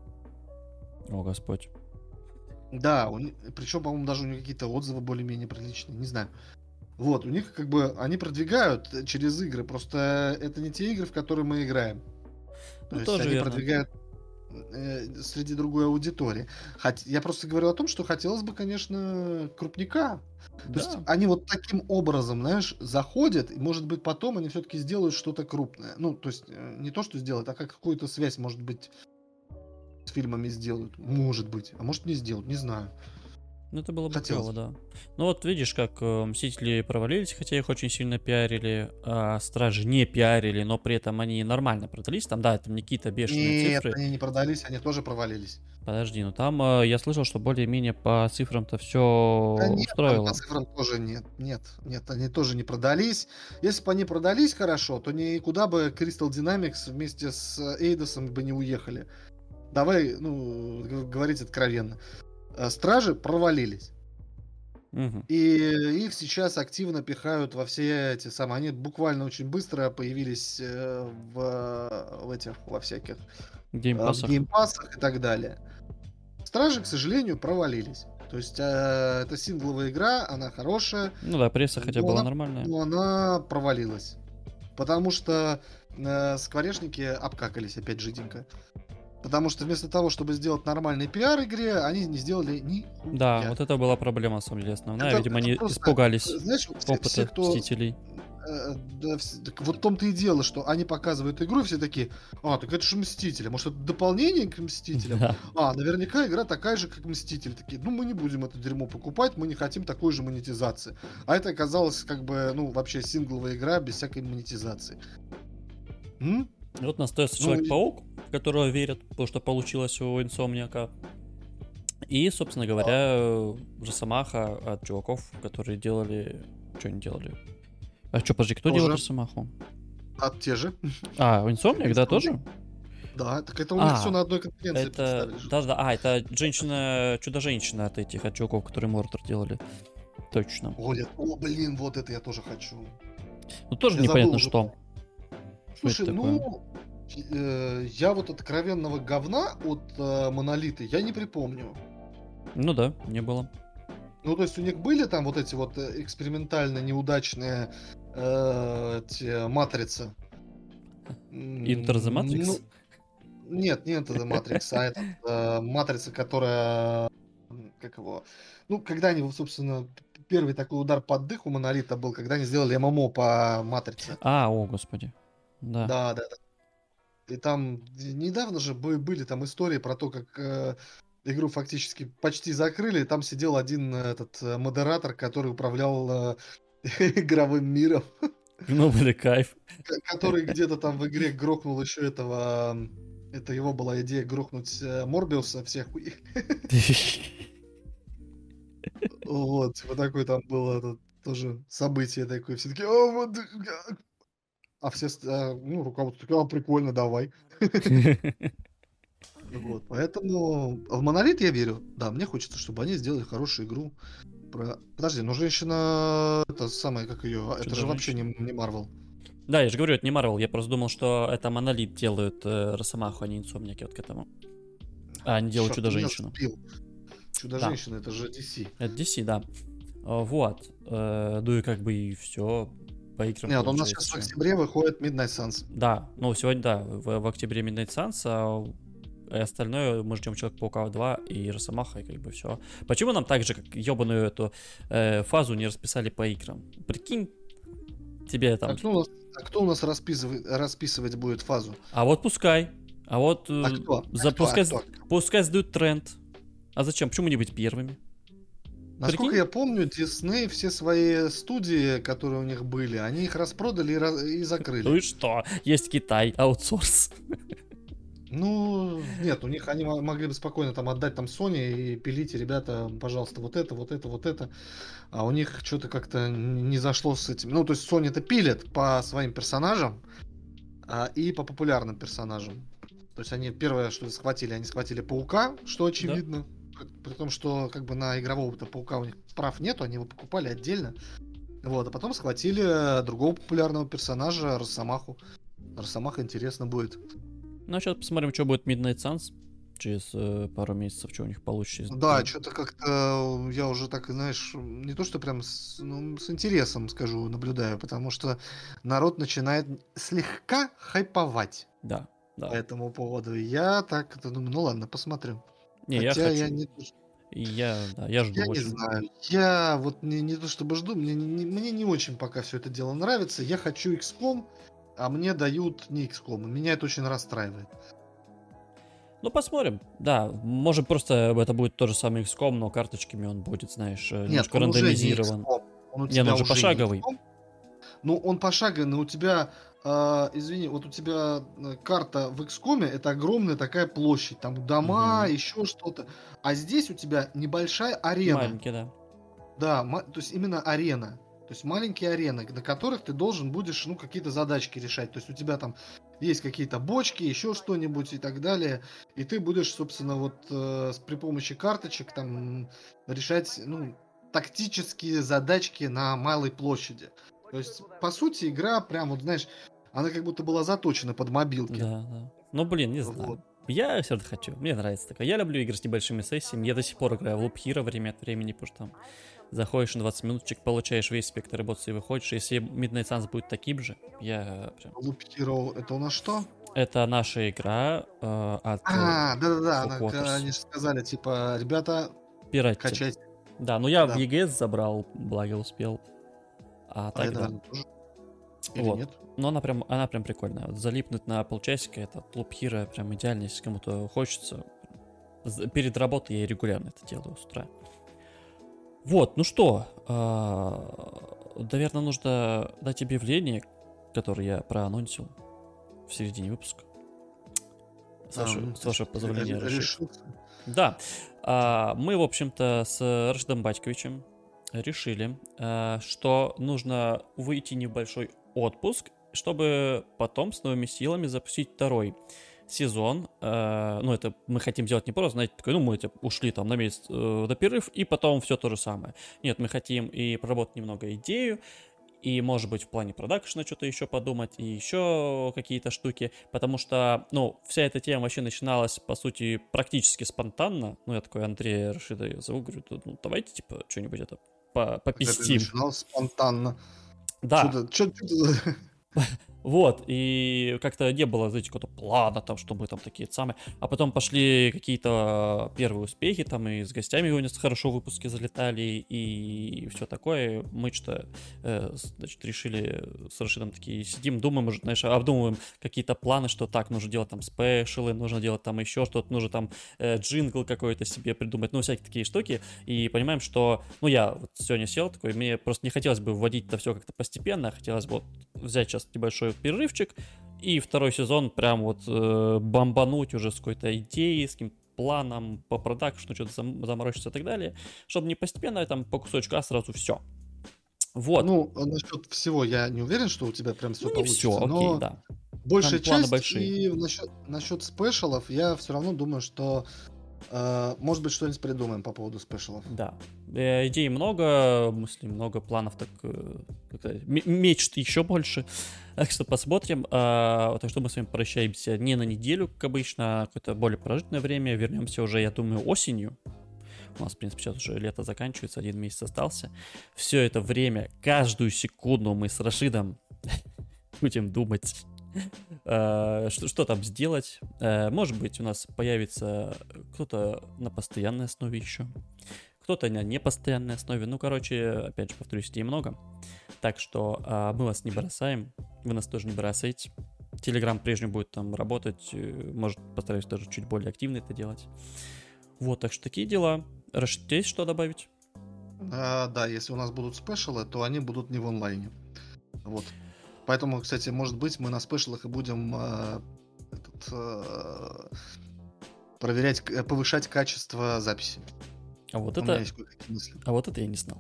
О, Господь. Да, причем, по-моему, даже у них какие-то отзывы более-менее приличные, не знаю. Вот, у них как бы они продвигают через игры, просто это не те игры, в которые мы играем. То есть тоже они верно. продвигают среди другой аудитории. Я просто говорю о том, что хотелось бы, конечно, крупника. То есть они вот таким образом, знаешь, заходят, и, может быть, потом они все-таки сделают что-то крупное. Ну, то есть не то, что сделают, а как какую-то связь, может быть, с фильмами сделают. Может быть. А может, не сделают, не знаю. Ну, это было бы Хотелось клево, да. Ну, вот видишь, как Мстители провалились, хотя их очень сильно пиарили, а Стражи не пиарили, но при этом они нормально продались. Там, да, там не какие-то бешеные Нет, цифры. они не продались, они тоже провалились. Подожди, ну там я слышал, что более-менее по цифрам-то все Да нет, там устроило. по цифрам тоже нет. Нет, они тоже не продались. Если бы они продались хорошо, то никуда бы Crystal Dynamics вместе с Эйдосом бы не уехали. Давай, ну, говорить откровенно. Стражи провалились. Угу. И их сейчас активно пихают во все эти самые. Они буквально очень быстро появились в этих, во всяких в геймпассах и так далее. Стражи, к сожалению, провалились. То есть это сингловая игра, она хорошая. Ну да, пресса хотя была нормальная. Но она провалилась. Потому что скворечники обкакались опять жиденько. Потому что вместо того, чтобы сделать нормальный пиар игре, они не сделали ни хуя. Да, вот это была проблема, на самом деле, основная. Видимо, они испугались, знаешь, опыта все, Мстителей. Да, вот в том-то и дело, что они показывают игру, и все такие, так это же Мстители, может это дополнение к Мстителям? Да. Наверняка игра такая же, как Мстители. Такие, мы не будем это дерьмо покупать, мы не хотим такой же монетизации. А это оказалось как бы, вообще сингловая игра без всякой монетизации. Вот у нас остается Человек-паук, в которого верят, потому что получилось у Инсомниака. И, собственно говоря, Росомаха от чуваков, которые делали... Что они делали? А что, подожди, кто делал Росомаху? Те же. Инсомниак, да, тоже? Да, так это у них все на одной конференции представили. Да, это женщина, Чудо-женщина от этих, от чуваков, которые Мордор делали. Точно. Блин, вот это я тоже хочу. Ну, тоже непонятно, что. Слушай, я вот откровенного говна от Монолита я не припомню. Ну да, не было. Ну, то есть у них были там вот эти вот экспериментально неудачные эти матрицы. Into the Matrix? Нет, не Into the Matrix, а этот матрица, которая... Как его... когда они, собственно, первый такой удар под дых у Монолита был, когда они сделали ММО по матрице. О, господи. Да. Да. И там недавно же были там истории про то, как игру фактически почти закрыли, и там сидел один этот модератор, который управлял игровым миром. Ну, были кайф. Который где-то там в игре грохнул еще этого... Это его была идея грохнуть Морбиуса всех. Вот такое там было тоже событие такое. Все такие, все, руководство такое, прикольно, давай. Вот, поэтому в Монолит я верю. Да, мне хочется, чтобы они сделали хорошую игру. Подожди, женщина, это самое, как ее, это же вообще не Марвел. Да, я же говорю, это не Марвел. Я просто думал, что это Монолит делают Росомаху, а не Инсомниаки, вот к этому. Они делают Чудо-женщину. Чудо-женщина, это же DC. Это DC, да. Вот. Ну и как бы и все. По играм. Нет, у нас сейчас в октябре выходит Midnight Suns. Да, сегодня, да, в октябре Midnight Suns, а остальное мы ждем Человека-паука 2 и Росомаха, и как бы все. Почему нам так же, как ебаную эту фазу не расписали по играм? Прикинь, тебе там... А кто у нас расписывать будет фазу? А вот пускай. А вот кто? Пускай сдают тренд. А зачем? Почему не быть первыми? Насколько я помню, Disney все свои студии, которые у них были, они их распродали и Ну закрыли. и что? Есть Китай, аутсорс. Ну, нет, у них они могли бы спокойно там отдать там Sony и пилите, ребята, пожалуйста, вот это, вот это, вот это. А у них что-то как-то не зашло с этим. Ну, то есть Sony-то пилит по своим персонажам и по популярным персонажам. То есть они первое, что схватили, они схватили Паука, что Да. очевидно. При том, что как бы на игрового-то Паука у них прав нету, они его покупали отдельно. Вот, а потом схватили другого популярного персонажа, Росомаху. Росомаха интересно будет. Ну, а сейчас посмотрим, что будет Midnight Suns через пару месяцев, что у них получится. Да, что-то как-то я уже так, знаешь, не то, что прям с интересом, скажу, наблюдаю, потому что народ начинает слегка хайповать Да, по да. этому поводу. И я так думаю, ну ладно, посмотрим. Не, я Хотя я хочу. не, Я жду я не очень. знаю. Я вот не то чтобы жду, мне не очень пока все это дело нравится. Я хочу XCOM, а мне дают не XCOM. И меня это очень расстраивает. Ну, посмотрим. Да, может, просто это будет тот же самый XCOM, но карточками он будет, знаешь, Нет, немножко он уже не рандомизирован. XCOM. Он у Не, ну тебя он же уже не пошаговый. XCOM. Ну, он пошаговый, но у тебя, извини, вот у тебя карта в XCOM это огромная такая площадь, там дома, Мгм. еще что-то. А здесь у тебя небольшая арена. Маленький, да. Да, то есть именно арена. То есть маленькие арены, на которых ты должен будешь, ну, какие-то задачки решать. То есть у тебя там есть какие-то бочки, еще что-нибудь и так далее. И ты будешь, собственно, вот при помощи карточек там решать, ну, тактические задачки на малой площади. То есть, по сути, игра прям, вот, знаешь, она как будто была заточена под мобилки. Да, да. Ну, блин, не Вот. знаю. Я все равно хочу. Мне нравится такое. Я люблю игры с небольшими сессиями. Я до сих пор играю в Loop Hero время от времени, потому что там заходишь на 20 минуточек, получаешь весь спектр эмоций и выходишь. Если Midnight Suns будет таким же, я прям... Loop Hero это у нас что? Это наша игра от Да-да-да, Four Quarters. они же сказали, типа, ребята, Пиратьте. качайте. Да, ну я в Да. EGS забрал, благо успел. А А так я, да. наверное, тоже. Или Вот. нет? Но она прям прикольная. Вот залипнуть на полчасика, это Loop Hero прям идеально, если кому-то хочется. Перед работой я регулярно это делаю с утра. Вот, ну что, наверное, нужно дать объявление, которое я проанонсил в середине выпуска. С вашего позволения решить. Решился. Да, мы, в общем-то, с Рашидом Батьковичем решили, что нужно выйти в небольшой отпуск, чтобы потом с новыми силами запустить второй сезон. Ну, это мы хотим сделать не просто, знаете, такой, ну, мы ушли там на месяц на перерыв, и потом все то же самое. Нет, мы хотим и проработать немного идею, и, может быть, в плане продакшена что-то еще подумать, и еще какие-то штуки, потому что, ну, вся эта тема вообще начиналась, по сути, практически спонтанно. Ну, я такой Андрея Рашида зову, говорю, ну, давайте, типа, что-нибудь это Это попистим. начинал спонтанно. Да. Что-то... Вот, и как-то не было, знаете, какого-то плана, там, что мы там такие самые. А потом пошли какие-то первые успехи, там, и с гостями у нас хорошо выпуски залетали, и все такое. Мы что-то, значит, решили с Рашидом такие сидим, думаем, уже, знаешь, обдумываем какие-то планы, что так, нужно делать там спешилы, нужно делать там еще что-то, нужно там джингл какой-то себе придумать, ну, всякие такие штуки. И понимаем, что, ну, я вот сегодня сел такой, мне просто не хотелось бы вводить это все как-то постепенно, а хотелось бы вот взять сейчас небольшой перерывчик и второй сезон прям вот бомбануть уже с какой-то идеей, с каким-то планом по продакшну, что-то заморочиться и так далее, чтобы не постепенно там по кусочку, а сразу все. Вот. Ну, насчет всего я не уверен, что у тебя прям все Ну, не получится, все, окей, но да. большая Там планы часть, большие. и насчет спешалов я все равно думаю, что может быть что-нибудь придумаем по поводу спешалов. Да. Идей много, мыслей много, планов так мечт еще больше. Так что посмотрим. Так что мы с вами прощаемся не на неделю, как обычно, а какое-то более продолжительное время. Вернемся уже, я думаю, осенью. У нас, в принципе, сейчас уже лето заканчивается, 1 месяц остался. Все это время, каждую секунду мы с Рашидом будем думать, что там сделать. Может быть, у нас появится кто-то на постоянной основе еще, кто-то на непостоянной основе. Ну, короче, опять же, повторюсь, идей много. Так что мы вас не бросаем, вы нас тоже не бросаете. Телеграм прежний будет там работать, может, постараюсь даже чуть более активно это делать. Вот, так что такие дела. Рашид, есть что добавить? Да, если у нас будут спешалы, то они будут не в онлайне. Вот. Поэтому, кстати, может быть, мы на спешалах и будем проверять, повышать качество записи. А вот У меня это... есть кое-какие мысли. А вот это я не знал.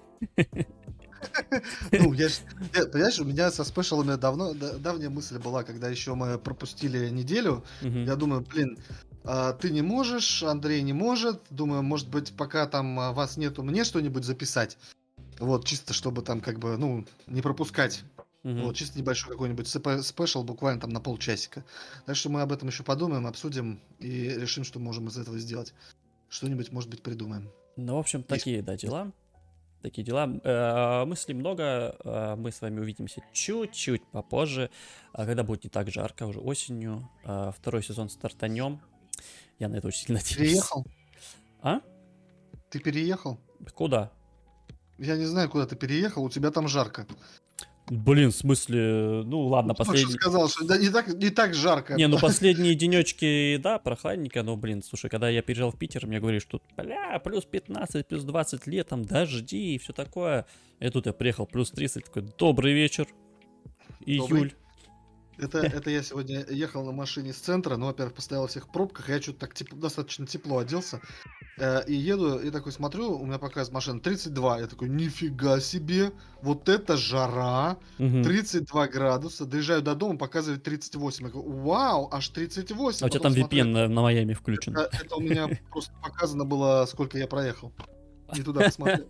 Ну, понимаешь, у меня со спешалами давняя мысль была, когда еще мы пропустили неделю. Мгм. Я думаю, блин, ты не можешь, Андрей не может. Думаю, может быть, пока там вас нету, мне что-нибудь записать. Вот, чисто чтобы там как бы, ну, не пропускать. Мгм. Вот, чисто небольшой какой-нибудь спешл, буквально там на полчасика. Так что мы об этом еще подумаем, обсудим и решим, что можем из этого сделать. Что-нибудь, может быть, придумаем. Ну, в общем, Есть. такие, да, дела. Такие дела. Мыслей много. Мы с вами увидимся чуть-чуть попозже, когда будет не так жарко, уже осенью. Второй сезон стартанем. Я на это очень сильно надеюсь. Переехал? А? Ты переехал? Куда? Я не знаю, куда ты переехал, у тебя там жарко. Блин, в смысле, ну ладно, Только что последний... сказал, что да, не так жарко. Не, ну последние денечки, да, прохладненько, но, блин, слушай, когда я переезжал в Питер, мне говорили, что, бля, плюс 15, плюс 20 летом, дожди и все такое. И тут я приехал, плюс 30, такой, добрый вечер, июль. Это я сегодня ехал на машине с центра, ну, во-первых, постоял во всех пробках, я что-то так достаточно тепло оделся. И еду, и такой смотрю, у меня показывает машина 32. Я такой, нифига себе, вот это жара, Мгм. 32 градуса. Доезжаю до дома, показывает 38. Я говорю, вау, аж 38. А у тебя Потом там смотрю, VPN на Майами включен. это у меня просто показано было, сколько я проехал. Не туда посмотрел.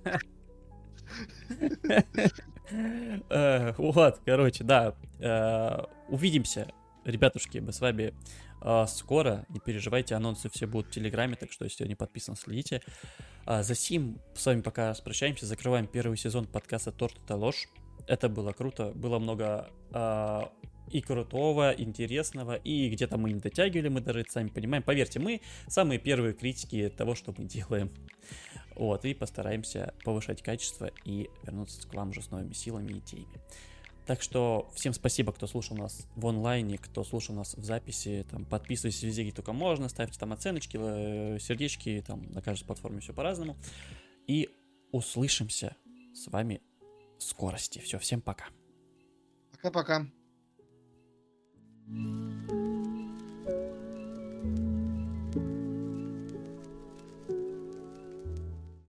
Вот, короче, да. Увидимся, ребятушки, мы с вами скоро. Не переживайте, анонсы все будут в Телеграме, так что, если не подписан, следите. За сим с вами пока прощаемся, закрываем первый сезон подкаста «Торт — это ложь». Это было круто, было много и крутого, интересного, и где-то мы не дотягивали, мы даже это сами понимаем. Поверьте, мы самые первые критики того, что мы делаем. Вот, и постараемся повышать качество и вернуться к вам уже с новыми силами и идеями. Так что всем спасибо, кто слушал нас в онлайне, кто слушал нас в записи. Там, подписывайтесь везде, где только можно, ставьте там оценочки, сердечки, там на каждой платформе все по-разному. И услышимся с вами в скорости. Все, всем пока. Пока-пока.